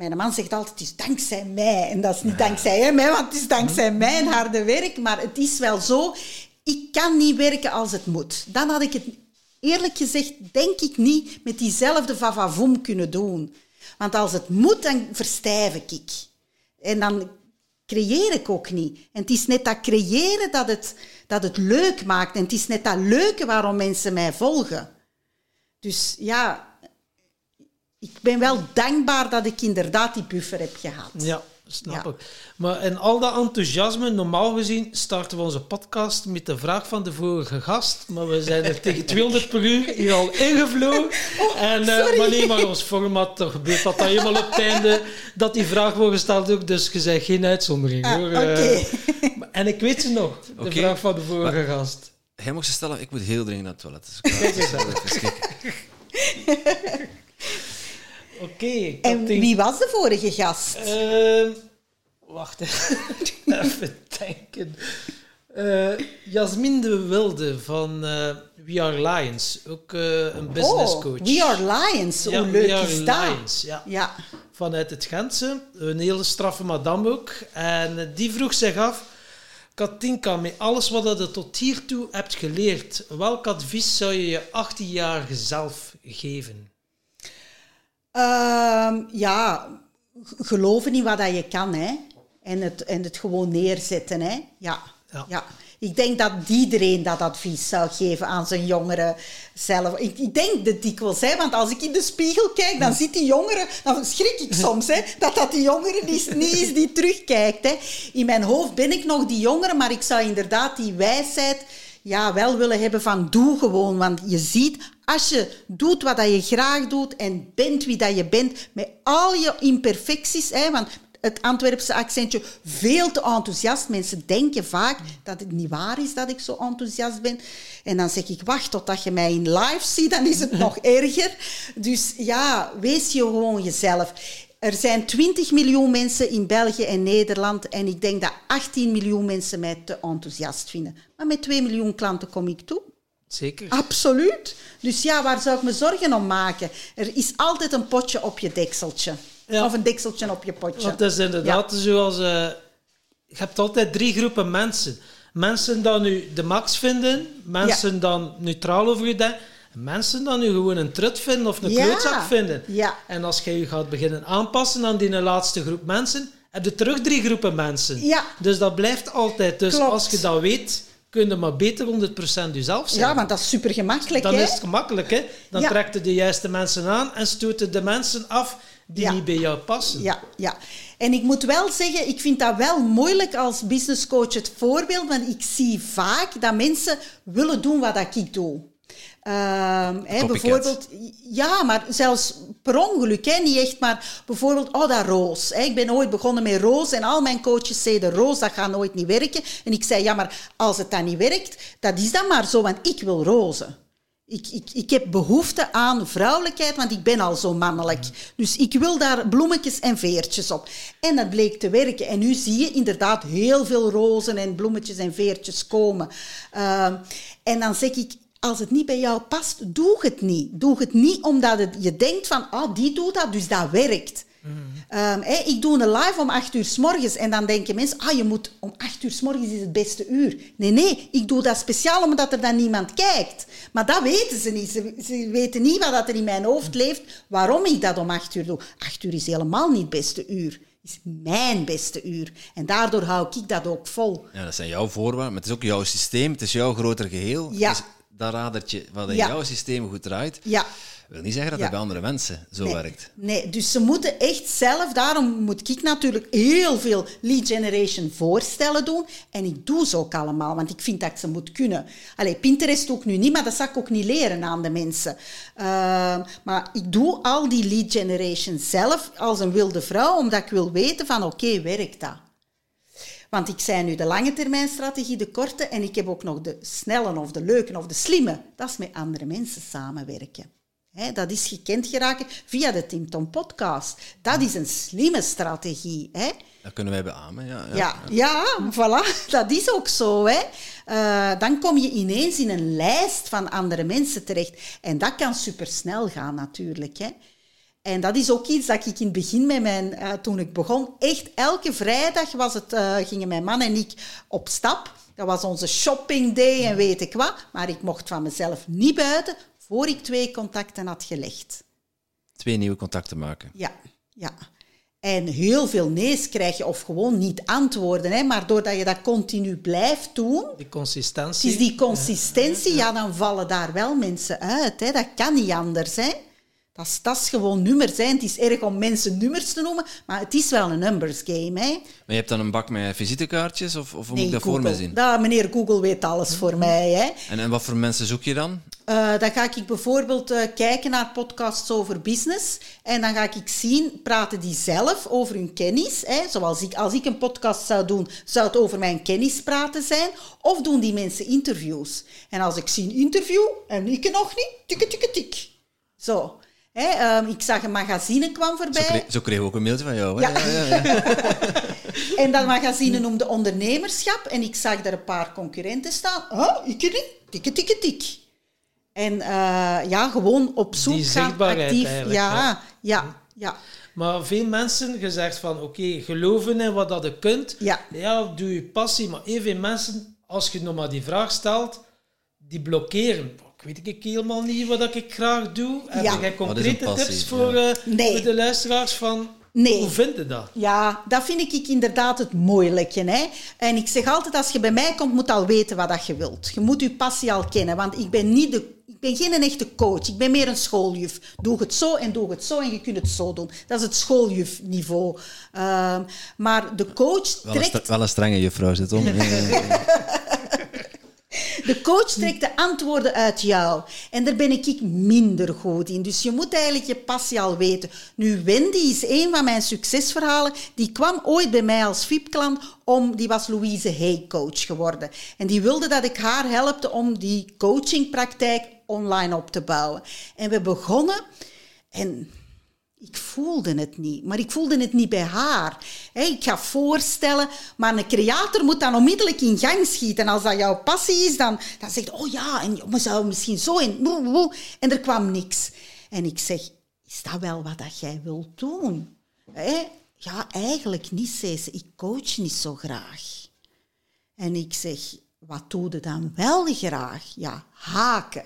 Mijn man zegt altijd, het is dankzij mij. En dat is niet dankzij hem, hè, want het is dankzij mijn harde werk. Maar het is wel zo, ik kan niet werken als het moet. Dan had ik het, eerlijk gezegd, denk ik niet met diezelfde vavavoom kunnen doen. Want als het moet, dan verstijf ik. En dan creëer ik ook niet. En het is net dat creëren dat het, dat het leuk maakt. En het is net dat leuke waarom mensen mij volgen. Dus ja, ik ben wel dankbaar dat ik inderdaad die buffer heb gehad. Ja, snap Ja. ik. Maar in al dat enthousiasme, normaal gezien, starten we onze podcast met de vraag van de vorige gast. Maar we zijn er tegen tweehonderd per uur hier al ingevlogen. Oh, en, uh, sorry. maar nee, maar ons format, er gebeurt dat dan helemaal op het einde dat die vraag wordt gesteld ook. Dus je bent geen uitzondering, Ah, hoor. oké. Uh, en ik weet ze nog, de Oké. vraag van de vorige Maar- gast. Jij mocht ze stellen, ik moet heel dringend naar het toilet. Dus ik ga Kijk eens aan. even kijken. Oké. ik En had die- wie was de vorige gast? Ehm, wacht even. even denken. Eh Jasmin de Wilde van eh, We Are Lions. Ook eh, een business coach. Oh, We Are Lions. Ja, Hoe leuk We Are is dat? Lions, ja. Ja. Vanuit het Gentse. Een hele straffe madame ook. En eh, die vroeg zich af... Katinka, met alles wat je tot hiertoe hebt geleerd, welk advies zou je je achttienjarige zelf geven? Ehm, ja, g- geloven in wat dat je kan, hè. En het, en het gewoon neerzetten, hè. Ja. Ja. Ja. Ik denk dat iedereen dat advies zou geven aan zijn jongeren zelf. Ik, ik denk dat dikwijls, hè, want als ik in de spiegel kijk, dan ziet die jongeren, dan schrik ik soms, hè, dat dat die jongere niet, niet is die terugkijkt. Hè. In mijn hoofd ben ik nog die jongere, maar ik zou inderdaad die wijsheid ja, wel willen hebben van doe gewoon. Want je ziet, als je doet wat dat je graag doet en bent wie dat je bent, met al je imperfecties, hè, want het Antwerpse accentje, veel te enthousiast. Mensen denken vaak dat het niet waar is dat ik zo enthousiast ben. En dan zeg ik, wacht totdat je mij in live ziet, dan is het nog erger. Dus ja, wees je gewoon jezelf. Er zijn twintig miljoen mensen in België en Nederland en ik denk dat achttien miljoen mensen mij te enthousiast vinden. Maar met twee miljoen klanten kom ik toe. Zeker. Absoluut. Dus ja, waar zou ik me zorgen om maken? Er is altijd een potje op je dekseltje. Ja. Of een dekseltje op je potje. Want het is inderdaad zoals... eh, je hebt altijd drie groepen mensen. Mensen die nu de max vinden, mensen dan neutraal over je denken, en mensen die nu gewoon een trut vinden of een Ja. klootzak vinden. Ja. En als je je gaat beginnen aanpassen aan die laatste groep mensen, heb je terug drie groepen mensen. Ja. Dus dat blijft altijd. Dus Klopt. als je dat weet, kun je maar beter honderd procent jezelf zijn. Ja, want dat is super gemakkelijk, Dan hè? is het gemakkelijk, hè? Dan Ja. trekt je de juiste mensen aan en stoot je de mensen af die Ja. niet bij jou passen. Ja, ja. En ik moet wel zeggen, ik vind dat wel moeilijk als businesscoach het voorbeeld, want ik zie vaak dat mensen willen doen wat dat ik doe. Ehm, hè, bijvoorbeeld, ja, maar zelfs per ongeluk, hè, niet echt, maar bijvoorbeeld, oh, dat roos. Hè. Ik ben ooit begonnen met roos en al mijn coaches zeiden, roos, dat gaat nooit niet werken. En ik zei, ja, maar als het dan niet werkt, dat is dan maar zo, want ik wil rozen. Ik, ik, ik heb behoefte aan vrouwelijkheid, want ik ben al zo mannelijk. Dus ik wil daar bloemetjes en veertjes op. En dat bleek te werken. En nu zie je inderdaad heel veel rozen en bloemetjes en veertjes komen. Uh, en dan zeg ik, als het niet bij jou past, doe het niet. Doe het niet omdat het, je denkt van, oh, die doet dat, dus dat werkt. Mm. Um, hey, ik doe een live om acht uur 's morgens en dan denken mensen, ah, je moet om acht uur 's morgens is het beste uur. Nee, nee, ik doe dat speciaal omdat er dan niemand kijkt. Maar dat weten ze niet. Ze, ze weten niet wat er in mijn hoofd leeft, waarom ik dat om acht uur doe. acht uur is helemaal niet het beste uur. Is mijn beste uur. En daardoor hou ik dat ook vol. Ja, dat zijn jouw voorwaarden, maar het is ook jouw systeem, het is jouw groter geheel. Ja. Dus dat radertje wat in Ja. jouw systeem goed draait, Ja. wil niet zeggen dat Ja. dat bij andere mensen zo nee, werkt. Nee, dus ze moeten echt zelf, daarom moet ik natuurlijk heel veel lead generation voorstellen doen. En ik doe ze ook allemaal, want ik vind dat ik ze moet kunnen. Allee, Pinterest ook nu niet, maar dat zal ik ook niet leren aan de mensen. Uh, maar ik doe al die lead generation zelf als een wilde vrouw, omdat ik wil weten van oké, okay, werkt dat? Want ik zei nu de lange termijn strategie, de korte, en ik heb ook nog de snelle of de leuke of de slimme. Dat is met andere mensen samenwerken. He, dat is gekend geraken via de Tim Tom podcast. Dat is een slimme strategie. He. Dat kunnen wij beamen, ja. Ja, ja, ja. ja voilà. Dat is ook zo. Hè. Uh, dan kom je ineens in een lijst van andere mensen terecht. En dat kan supersnel gaan natuurlijk. Hè. En dat is ook iets dat ik in het begin met mijn... Uh, toen ik begon, echt elke vrijdag was het, uh, gingen mijn man en ik op stap. Dat was onze shopping day en weet ik wat. Maar ik mocht van mezelf niet buiten voor ik twee contacten had gelegd. Twee nieuwe contacten maken. Ja, ja. En heel veel nee's krijg je of gewoon niet antwoorden. Hè. Maar doordat je dat continu blijft doen... Die consistentie. Is die consistentie, ja, dan vallen daar wel mensen uit. Hè. Dat kan niet anders, hè. Dat is, dat is gewoon nummers. Hè. Het is erg om mensen nummers te noemen, maar het is wel een numbers game. Hè. Maar je hebt dan een bak met visitekaartjes, of, of hoe Nee, moet ik dat Google. voor me zien? Dat, meneer Google weet alles voor mij. Hè. En, en wat voor mensen zoek je dan? Uh, dan ga ik bijvoorbeeld uh, kijken naar podcasts over business. En dan ga ik zien, praten die zelf over hun kennis. Hè? Zoals ik, als ik een podcast zou doen, zou het over mijn kennis praten zijn. Of doen die mensen interviews. En als ik zie een interview en ik nog niet, tikke, tikke, tik. Zo. Hè? Um, ik zag een magazine kwam voorbij. Zo kreeg, zo kreeg ik ook een mailtje van jou. Hè? Ja. Ja, ja, ja. En dat magazine noemde ondernemerschap. En ik zag daar een paar concurrenten staan. Oh, ik niet, tikke, tikke, tik. En uh, ja, gewoon op zoek die gaan, actief. Ja, ja. ja, ja. Maar veel mensen gezegd van, oké, okay, geloven in wat dat je kunt. Ja. Ja, doe je passie. Maar even mensen, als je nog maar die vraag stelt, die blokkeren. Ik weet ik helemaal niet wat ik graag doe. Heb Ja. jij concrete passie, tips voor, ja. uh, nee. voor de luisteraars van... Nee. Hoe vind je dat? Ja, dat vind ik inderdaad het moeilijke. Hè? En ik zeg altijd, als je bij mij komt, moet je al weten wat dat je wilt. Je moet je passie al kennen, want ik ben, niet de, ik ben geen een echte coach. Ik ben meer een schooljuf. Doe het zo en doe het zo en je kunt het zo doen. Dat is het schooljufniveau. Uh, maar de coach Wel een, trekt... st- wel een strenge juffrouw zit om. De coach trekt de antwoorden uit jou. En daar ben ik minder goed in. Dus je moet eigenlijk je passie al weten. Nu, Wendy is een van mijn succesverhalen. Die kwam ooit bij mij als V I P-klant. Om, die was Louise Hay coach geworden. En die wilde dat ik haar helpte om die coachingpraktijk online op te bouwen. En we begonnen... En... Ik voelde het niet, maar ik voelde het niet bij haar. He, ik ga voorstellen, maar een creator moet dan onmiddellijk in gang schieten. En als dat jouw passie is, dan, dan zegt oh ja, en we zouden misschien zo in... En er kwam niks. En ik zeg, is dat wel wat dat jij wilt doen? He? Ja, eigenlijk niet, zei ze. Ik coach niet zo graag. En ik zeg, wat doe je dan wel graag? Ja, haken.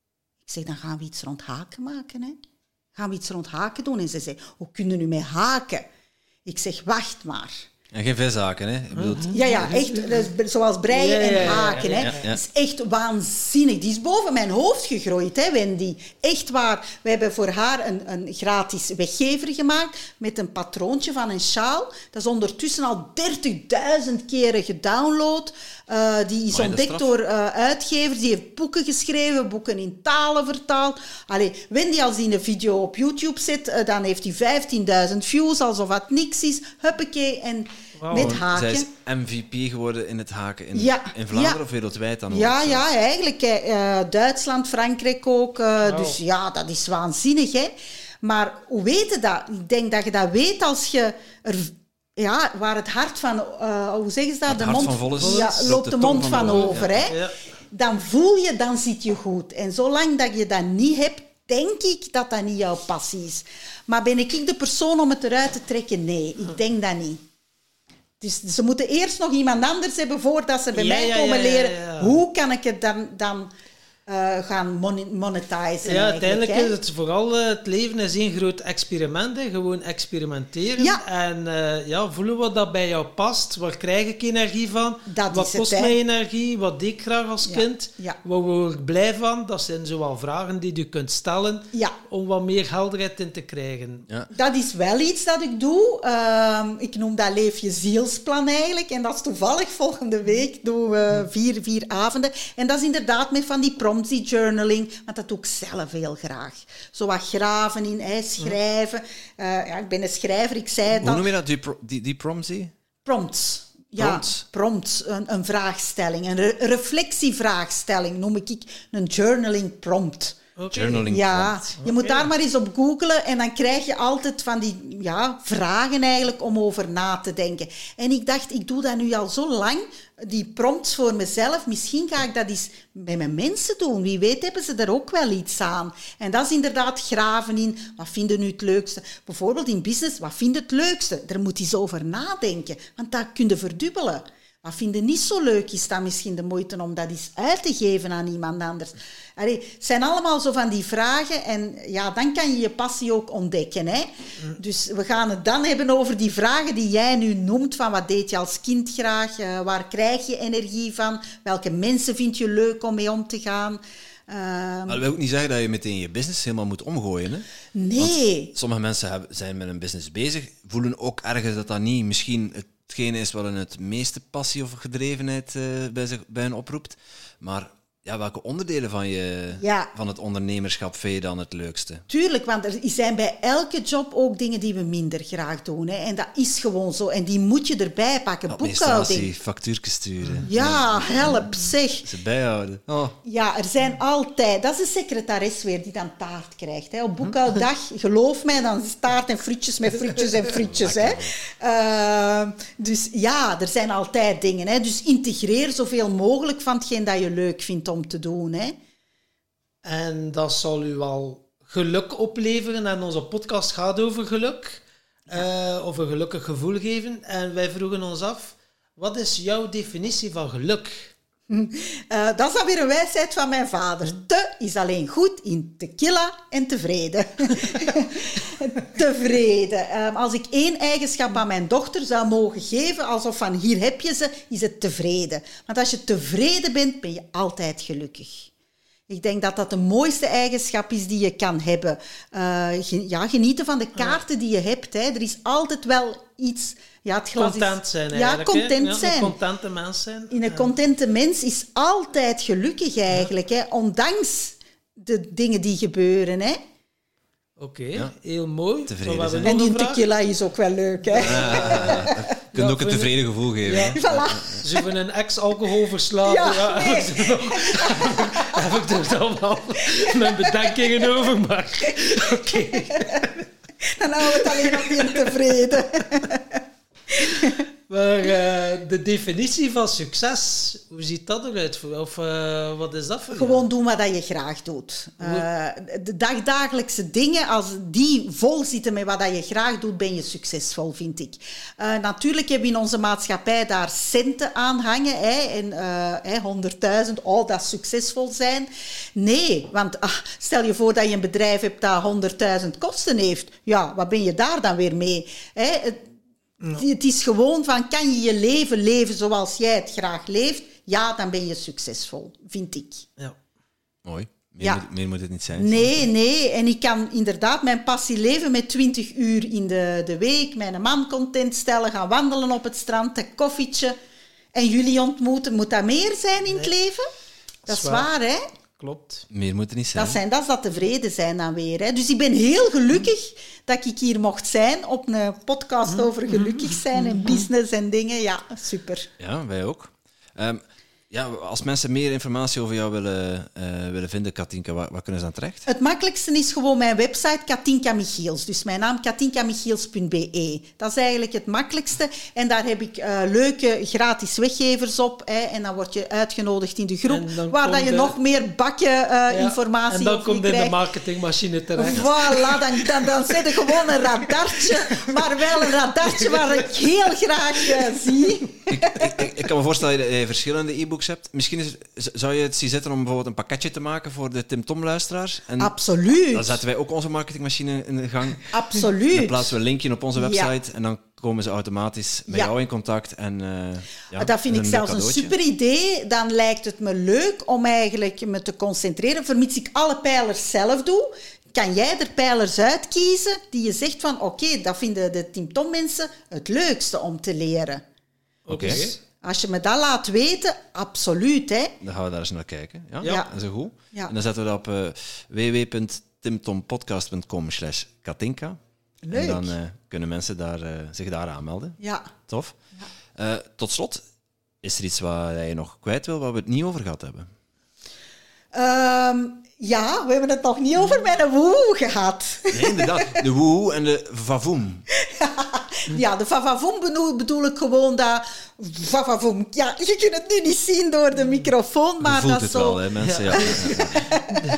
Ik zeg, dan gaan we iets rond haken maken, hè? Gaan we iets rond haken doen? En ze zei, hoe kunnen we nu met haken? Ik zeg, wacht maar. En geen vishaken, hè? Ik bedoel, Ja, ja, echt, dus zoals breien Ja, ja, ja, en haken. Hè. ja, ja. Dat is echt waanzinnig. Die is boven mijn hoofd gegroeid, hè, Wendy. Echt waar. We hebben voor haar een, een gratis weggever gemaakt met een patroontje van een sjaal. Dat is ondertussen al dertigduizend keren gedownload. Uh, die is Amai, dat is ontdekt straf. door uh, uitgevers. Die heeft boeken geschreven, boeken in talen vertaald. Allee, Wendy, als hij een video op YouTube zet, uh, dan heeft hij vijftienduizend views, alsof het niks is. Huppakee, en Wow. met zij haken. is M V P geworden in het haken. In, Ja, in Vlaanderen ja. of wereldwijd dan ook? Ja, zelfs? ja, eigenlijk. Uh, Duitsland, Frankrijk ook. Uh, Wow. Dus ja, dat is waanzinnig, hè. Maar hoe weet je dat? Ik denk dat je dat weet als je er... Ja, waar het hart van... Uh, hoe zeggen ze dat? Het de hart mond, van vol is, ja, loopt loopt de de tong mond van van over, over, ja. hè. Ja. Dan voel je, dan zit je goed. En zolang dat je dat niet hebt, denk ik dat dat niet jouw passie is. Maar ben ik de persoon om het eruit te trekken? Nee, ik denk dat niet. Dus ze moeten eerst nog iemand anders hebben voordat ze bij Ja, mij ja, komen ja, ja, leren. ja. Hoe kan ik het dan, dan uh, gaan mon- monetizen? Ja, eigenlijk, uiteindelijk hè? is het vooral uh, het leven is één groot experiment. Hè. Gewoon experimenteren. Ja. En uh, ja, voelen wat dat bij jou past. Waar krijg ik energie van? Dat wat is het, kost hè. mij energie? Wat deed ik graag als Ja. kind? Ja. Waar word ik blij van? Dat zijn zowel vragen die je kunt stellen Ja. om wat meer helderheid in te krijgen. Ja. Dat is wel iets dat ik doe. Um, ik noem dat Leef je zielsplan eigenlijk. En dat is toevallig volgende week. Doe we vier, vier avonden. En dat is inderdaad met van die prompts, die journaling. Want dat doe ik zelf heel graag. Zo wat graven in, hè, schrijven. Uh, ja, ik ben een schrijver, ik zei het Hoe al. noem je dat? Die, pro- die, die prompts? die? Prompts. Ja, Prompts? prompts. Een, een vraagstelling. Een re- reflectievraagstelling noem ik een journaling prompt. Okay. Journaling Ja, prompt. je moet Oké. daar maar eens op googlen en dan krijg je altijd van die ja, vragen eigenlijk om over na te denken. En ik dacht, ik doe dat nu al zo lang, die prompts voor mezelf. Misschien ga ik dat eens bij mijn mensen doen. Wie weet hebben ze er ook wel iets aan. En dat is inderdaad graven in, wat vinden nu het leukste? Bijvoorbeeld in business, wat vind je het leukste? Daar moet je eens over nadenken, want dat kun je verdubbelen. Wat vind je niet zo leuk, is dat misschien de moeite om dat eens uit te geven aan iemand anders. Allee, het zijn allemaal zo van die vragen en ja, dan kan je je passie ook ontdekken. Hè? Mm. Dus we gaan het dan hebben over die vragen die jij nu noemt, van wat deed je als kind graag, uh, waar krijg je energie van, welke mensen vind je leuk om mee om te gaan. Uh, Maar dat wil ook niet zeggen dat je meteen je business helemaal moet omgooien. Hè? nee. Want sommige mensen hebben, zijn met een business bezig, voelen ook ergens dat dat niet misschien hetgene is wat hen het meeste passie of gedrevenheid uh, bij, zich, bij hen oproept. Maar ja, welke onderdelen van, je, Ja. van het ondernemerschap vind je dan het leukste? Tuurlijk, want er zijn bij elke job ook dingen die we minder graag doen. Hè. En dat is gewoon zo. En die moet je erbij pakken. Boekhouding. Administratie, factuurtjes sturen. Ja, help, zeg. Ze bijhouden. Oh. Ja, er zijn altijd... Dat is de secretaris weer die dan taart krijgt. Hè. Op boekhouddag, geloof mij, dan is taart en frietjes met frietjes en frietjes. Hè. Uh, dus ja, er zijn altijd dingen. Hè. Dus integreer zoveel mogelijk van hetgeen dat je leuk vindt om te doen. Hè. En dat zal u al geluk opleveren. En onze podcast gaat over geluk. Uh, of een gelukkig gevoel geven. En wij vroegen ons af, wat is jouw definitie van geluk? Uh, dat is dan weer een wijsheid van mijn vader. Te is alleen goed in tequila en tevreden. Tevreden. Um, als ik één eigenschap aan mijn dochter zou mogen geven, alsof van hier heb je ze, is het tevreden. Want als je tevreden bent, ben je altijd gelukkig. Ik denk dat dat de mooiste eigenschap is die je kan hebben. Uh, gen- ja, genieten van de kaarten die je hebt. Hè. Er is altijd wel iets... Ja, het glas Content is, zijn ja, eigenlijk. content Ja, zijn. een contente mens zijn. In een Ja. contente mens is altijd gelukkig eigenlijk. Hè, ondanks de dingen die gebeuren. Hè. Oké, Ja. heel mooi. Tevreden Maar we zijn. hebben En nog die een vraag. tequila is ook wel leuk. Hè. Je kunt Ja, ook een vind- tevreden gevoel geven. Ja. hè. Voilà. Zo van een ex-alcoholverslaafde. Ja, Ja, nee. heb, ik er nog, heb ik er dan wel mijn bedenkingen over. Maar oké. Dan houden we het alleen op die tevreden. Maar uh, de definitie van succes, hoe ziet dat eruit? voor- Of uh, wat is dat voor jou? Gewoon doen wat je graag doet. Uh, de dagdagelijkse dingen, als die vol zitten met wat je graag doet, ben je succesvol, vind ik. Uh, natuurlijk hebben we in onze maatschappij daar centen aan hangen. Hè, en uh, honderdduizend, oh, dat is succesvol zijn. Nee, want ah, stel je voor dat je een bedrijf hebt dat honderdduizend kosten heeft. Ja, wat ben je daar dan weer mee? Hè? Het, Ja. Het is gewoon van, kan je je leven leven zoals jij het graag leeft? Ja, dan ben je succesvol, vind ik. Ja. Mooi. Meer, Ja. moet, meer moet het niet zijn. Nee, nee. En ik kan inderdaad mijn passie leven met twintig uur in de, de week. Mijn man content stellen, gaan wandelen op het strand, een koffietje. En jullie ontmoeten. Moet dat meer zijn in het leven? Dat is waar, hè? Klopt. Meer moet het niet zijn. Dat, zijn, dat is dat tevreden zijn dan weer. Hè. Dus ik ben heel gelukkig dat ik hier mocht zijn op een podcast over gelukkig zijn en business en dingen. Ja, super. Ja, wij ook. Um, ja, als mensen meer informatie over jou willen, uh, willen vinden, Katinka, waar, waar kunnen ze dan terecht? Het makkelijkste is gewoon mijn website Katinka Michiels. Dus mijn naam katinka michiels punt b e. Dat is eigenlijk het makkelijkste. En daar heb ik uh, leuke gratis weggevers op. Hè. En dan word je uitgenodigd in de groep, waar dat je de... nog meer bakken uh, ja, informatie En dan over komt in krijgt. de marketingmachine terecht. Voilà, dan, dan, dan zet je gewoon een radartje, maar wel een radartje waar ik heel graag uh, zie. Ik, ik, ik, ik kan me voorstellen dat je verschillende e-books hebt. Misschien is, zou je het zien zitten om bijvoorbeeld een pakketje te maken voor de Tim Tom-luisteraars? En Absoluut. dan zetten wij ook onze marketingmachine in de gang. Absoluut. Dan plaatsen we een linkje op onze website Ja. en dan komen ze automatisch met Ja. jou in contact. En, uh, ja, dat vind is ik een zelfs leuk een cadeautje. super idee. Dan lijkt het me leuk om eigenlijk me te concentreren. Vermits ik alle pijlers zelf doe, kan jij er pijlers uitkiezen die je zegt van oké, okay, dat vinden de Tim Tom mensen het leukste om te leren. Oké, Oké. okay. Als je me dat laat weten, absoluut. Hè? Dan gaan we daar eens naar kijken. Ja, Ja. dat is een goed. Ja. En dan zetten we dat op uh, w w w punt timtompodcast punt com slash katinka. Leuk. En dan uh, kunnen mensen daar, uh, zich daar aanmelden. Ja. Tof. Ja. Uh, tot slot, is er iets waar je nog kwijt wil, waar we het niet over gehad hebben? Um, Ja, we hebben het nog niet over mijn woe gehad. Nee, inderdaad. De woe en de vavoem. Ja, de vavavoem bedoel, bedoel ik gewoon dat... Vavavoem. Ja, je kunt het nu niet zien door de microfoon, maar Je voelt dat het zo... wel, hè, mensen. Ja. Ja.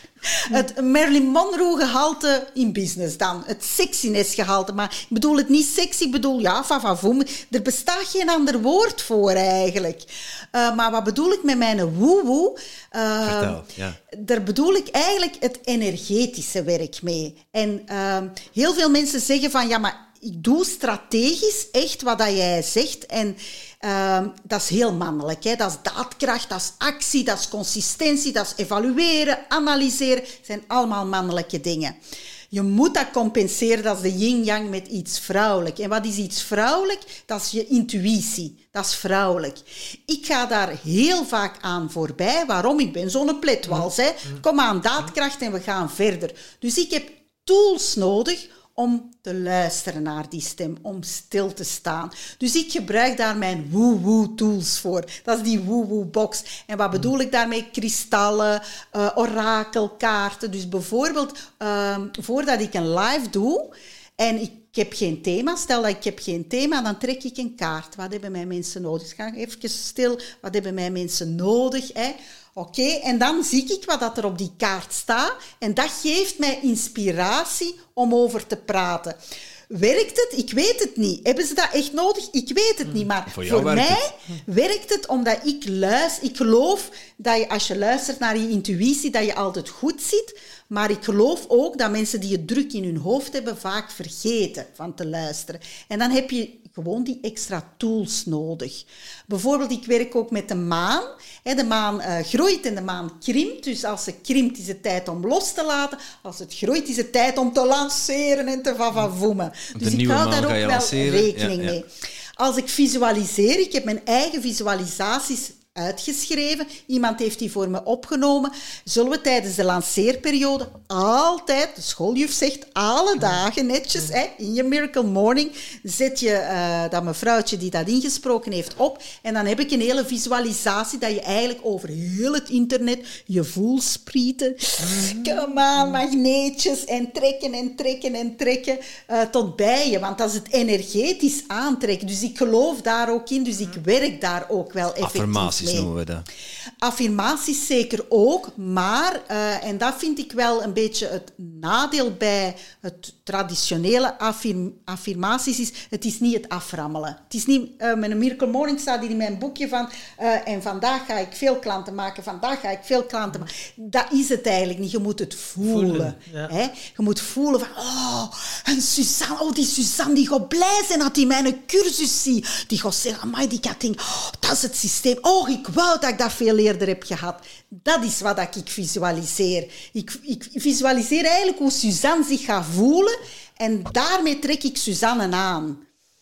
Het Marilyn Monroe-gehalte in business dan. Het sexiness-gehalte. Maar ik bedoel het niet sexy, ik bedoel, ja, vavavoem. Er bestaat geen ander woord voor, eigenlijk. Uh, maar wat bedoel ik met mijn woe-woe? Uh, Vertel, ja. Daar bedoel ik eigenlijk het energetische werk mee. En uh, heel veel mensen zeggen van, ja, maar ik doe strategisch echt wat dat jij zegt. En uh, dat is heel mannelijk. Hè? Dat is daadkracht, dat is actie, dat is consistentie, dat is evalueren, analyseren. Dat zijn allemaal mannelijke dingen. Je moet dat compenseren, dat is de yin-yang, met iets vrouwelijk. En wat is iets vrouwelijk? Dat is je intuïtie. Dat is vrouwelijk. Ik ga daar heel vaak aan voorbij. Waarom? Ik ben zo'n pletwals. Hè? Kom aan, daadkracht en we gaan verder. Dus ik heb tools nodig om te luisteren naar die stem, om stil te staan. Dus ik gebruik daar mijn woe-woe-tools voor. Dat is die woe-woe-box. En wat bedoel ik daarmee? Kristallen, uh, orakelkaarten. Dus bijvoorbeeld, uh, voordat ik een live doe en ik Ik heb geen thema. Stel dat ik heb geen thema, dan trek ik een kaart. Wat hebben mijn mensen nodig? Dus ga even stil. Wat hebben mijn mensen nodig? Hè? Oké, okay. En dan zie ik wat dat er op die kaart staat. En dat geeft mij inspiratie om over te praten. Werkt het? Ik weet het niet. Hebben ze dat echt nodig? Ik weet het niet. Maar voor, voor mij het. werkt het omdat ik luister. Ik geloof dat je, als je luistert naar je intuïtie, dat je altijd goed ziet. Maar ik geloof ook dat mensen die het druk in hun hoofd hebben, vaak vergeten van te luisteren. En dan heb je gewoon die extra tools nodig. Bijvoorbeeld, ik werk ook met de maan. De maan uh, groeit en de maan krimpt. Dus als ze krimpt, is het tijd om los te laten. Als het groeit, is het tijd om te lanceren en te vavavoemen. Dus ik hou daar ook wel lanceren. rekening ja, ja. mee. Als ik visualiseer, ik heb mijn eigen visualisaties uitgeschreven. Iemand heeft die voor me opgenomen. Zullen we tijdens de lanceerperiode altijd, de schooljuf zegt, alle dagen netjes, hè, in je Miracle Morning, zet je uh, dat mevrouwtje die dat ingesproken heeft op. En dan heb ik een hele visualisatie dat je eigenlijk over heel het internet je voelsprieten, come on, magneetjes, en trekken en trekken en trekken uh, tot bij je. Want dat is het energetisch aantrekken. Dus ik geloof daar ook in. Dus ik werk daar ook wel effectief Affirmaties mee. noemen we dat. Affirmaties zeker ook, maar, uh, en dat vind ik wel een beetje het nadeel bij het traditionele affirm- affirmaties, is het is niet het aframmelen. Het is niet, uh, met een Miracle Morning staat hier in mijn boekje van, uh, en vandaag ga ik veel klanten maken, vandaag ga ik veel klanten maken. Dat is het eigenlijk niet. Je moet het voelen. voelen ja. hè? Je moet voelen van, oh, een Suzanne, oh, die Suzanne, die gaat blij zijn dat hij mijn cursus ziet. Die gaat zeggen, amai, die gaat denken, oh, dat is het systeem. Oh, ik wou dat ik dat veel eerder heb gehad. Dat is wat ik visualiseer. Ik, ik visualiseer eigenlijk hoe Suzanne zich gaat voelen en daarmee trek ik Suzanne aan.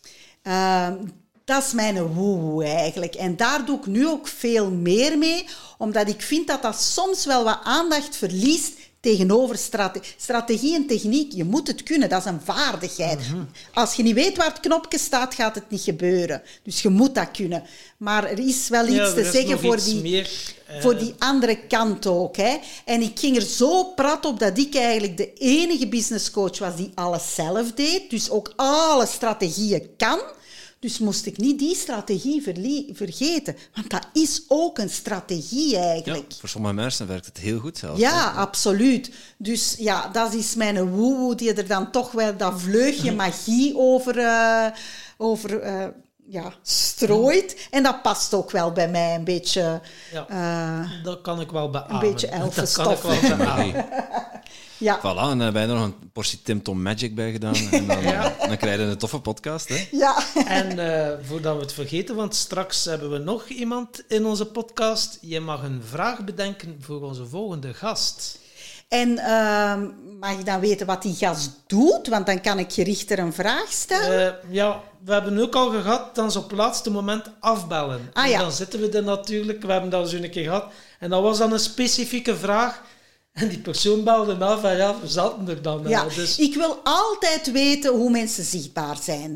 Uh, dat is mijn woe eigenlijk. En daar doe ik nu ook veel meer mee, omdat ik vind dat dat soms wel wat aandacht verliest tegenover strate- strategie en techniek. Je moet het kunnen, dat is een vaardigheid. Mm-hmm. Als je niet weet waar het knopje staat, gaat het niet gebeuren. Dus je moet dat kunnen. Maar er is wel iets ja, te zeggen voor die, meer, uh... voor die andere kant ook. Hè. En ik ging er zo prat op dat ik eigenlijk de enige businesscoach was die alles zelf deed. Dus ook alle strategieën kan. Dus moest ik niet die strategie verlie- vergeten. Want dat is ook een strategie eigenlijk. Ja, voor sommige mensen werkt het heel goed zelfs. Ja, hè? Absoluut. Dus ja, dat is mijn woe-woe die er dan toch wel dat vleugje magie over, uh, over uh, ja, strooit. En dat past ook wel bij mij een beetje... Ja, uh, dat kan ik wel beamen. Een beetje elfenstof. Dat kan ik wel beamen. Ja. Voilà, en dan hebben wij er nog een portie Tim Tom Magic bij gedaan. En dan, ja. dan krijg je een toffe podcast. Hè? Ja. En uh, voordat we het vergeten, want straks hebben we nog iemand in onze podcast. Je mag een vraag bedenken voor onze volgende gast. En uh, mag je dan weten wat die gast doet? Want dan kan ik gerichter een vraag stellen. Uh, ja, we hebben ook al gehad, dan ze op het laatste moment afbellen. Ah, en ja. dan zitten we er natuurlijk, we hebben dat eens een keer gehad. En dat was dan een specifieke vraag. En die persoon belde af en ja, we zaten er dan. Ja, uh, dus... ik wil altijd weten hoe mensen zichtbaar zijn.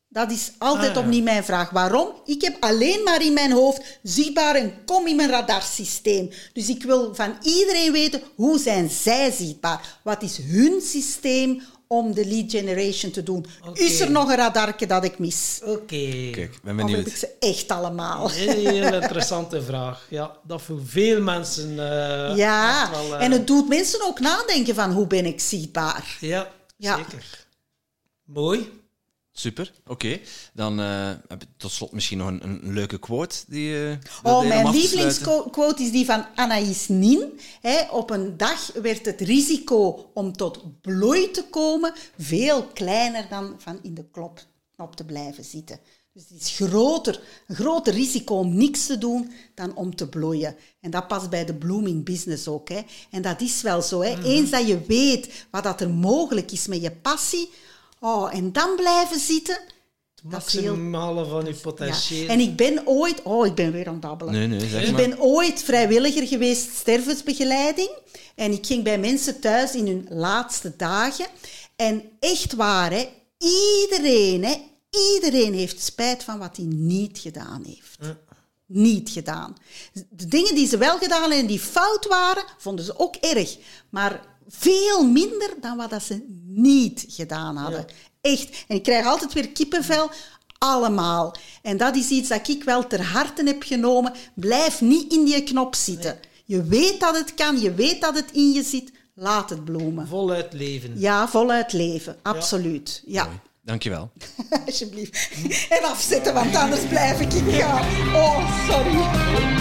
Dat is altijd Ah, ja. opnieuw mijn vraag. Waarom? Ik heb alleen maar in mijn hoofd zichtbaar en kom in mijn radarsysteem. Dus ik wil van iedereen weten, hoe zijn zij zichtbaar? Wat is hun systeem om de lead generation te doen? Oké. Is er nog een radarke dat ik mis? Oké. Kijk, ik ben Of heb benieuwd. ik ze echt allemaal? Heel interessante vraag. Ja, dat voor veel mensen... eh, Ja, echt wel, eh, en het doet mensen ook nadenken van hoe ben ik zichtbaar? Ja, Ja. zeker. Mooi. Super, oké. Dan uh, heb ik tot slot misschien nog een, een leuke quote die uh, Oh, mijn lievelingsquote is die van Anaïs Nin. He, op een dag werd het risico om tot bloei te komen veel kleiner dan van in de klop, knop te blijven zitten. Dus het is groter, een groter risico om niks te doen dan om te bloeien. En dat past bij de blooming business ook. Hè. En dat is wel zo. Hè. Mm-hmm. Eens dat je weet wat dat er mogelijk is met je passie, oh, en dan blijven zitten. Het maximale van je potentieel. Ja. En ik ben ooit... Oh, ik ben weer aan het babbelen. Nee, nee, zeg ik maar. ben ooit vrijwilliger geweest, stervensbegeleiding. En ik ging bij mensen thuis in hun laatste dagen. En echt waar, hè, iedereen, hè, iedereen heeft spijt van wat hij niet gedaan heeft. Ja. Niet gedaan. De dingen die ze wel gedaan hebben en die fout waren, vonden ze ook erg. Maar veel minder dan wat dat ze niet gedaan hadden. Ja. Echt. En ik krijg altijd weer kippenvel. Allemaal. En dat is iets dat ik wel ter harte heb genomen. Blijf niet in die knop zitten. Nee. Je weet dat het kan. Je weet dat het in je zit. Laat het bloemen. Voluit leven. Ja, voluit leven. Absoluut. Ja. Mooi. Dankjewel. Alsjeblieft. En afzetten, want anders blijf ik gaan. Oh, sorry.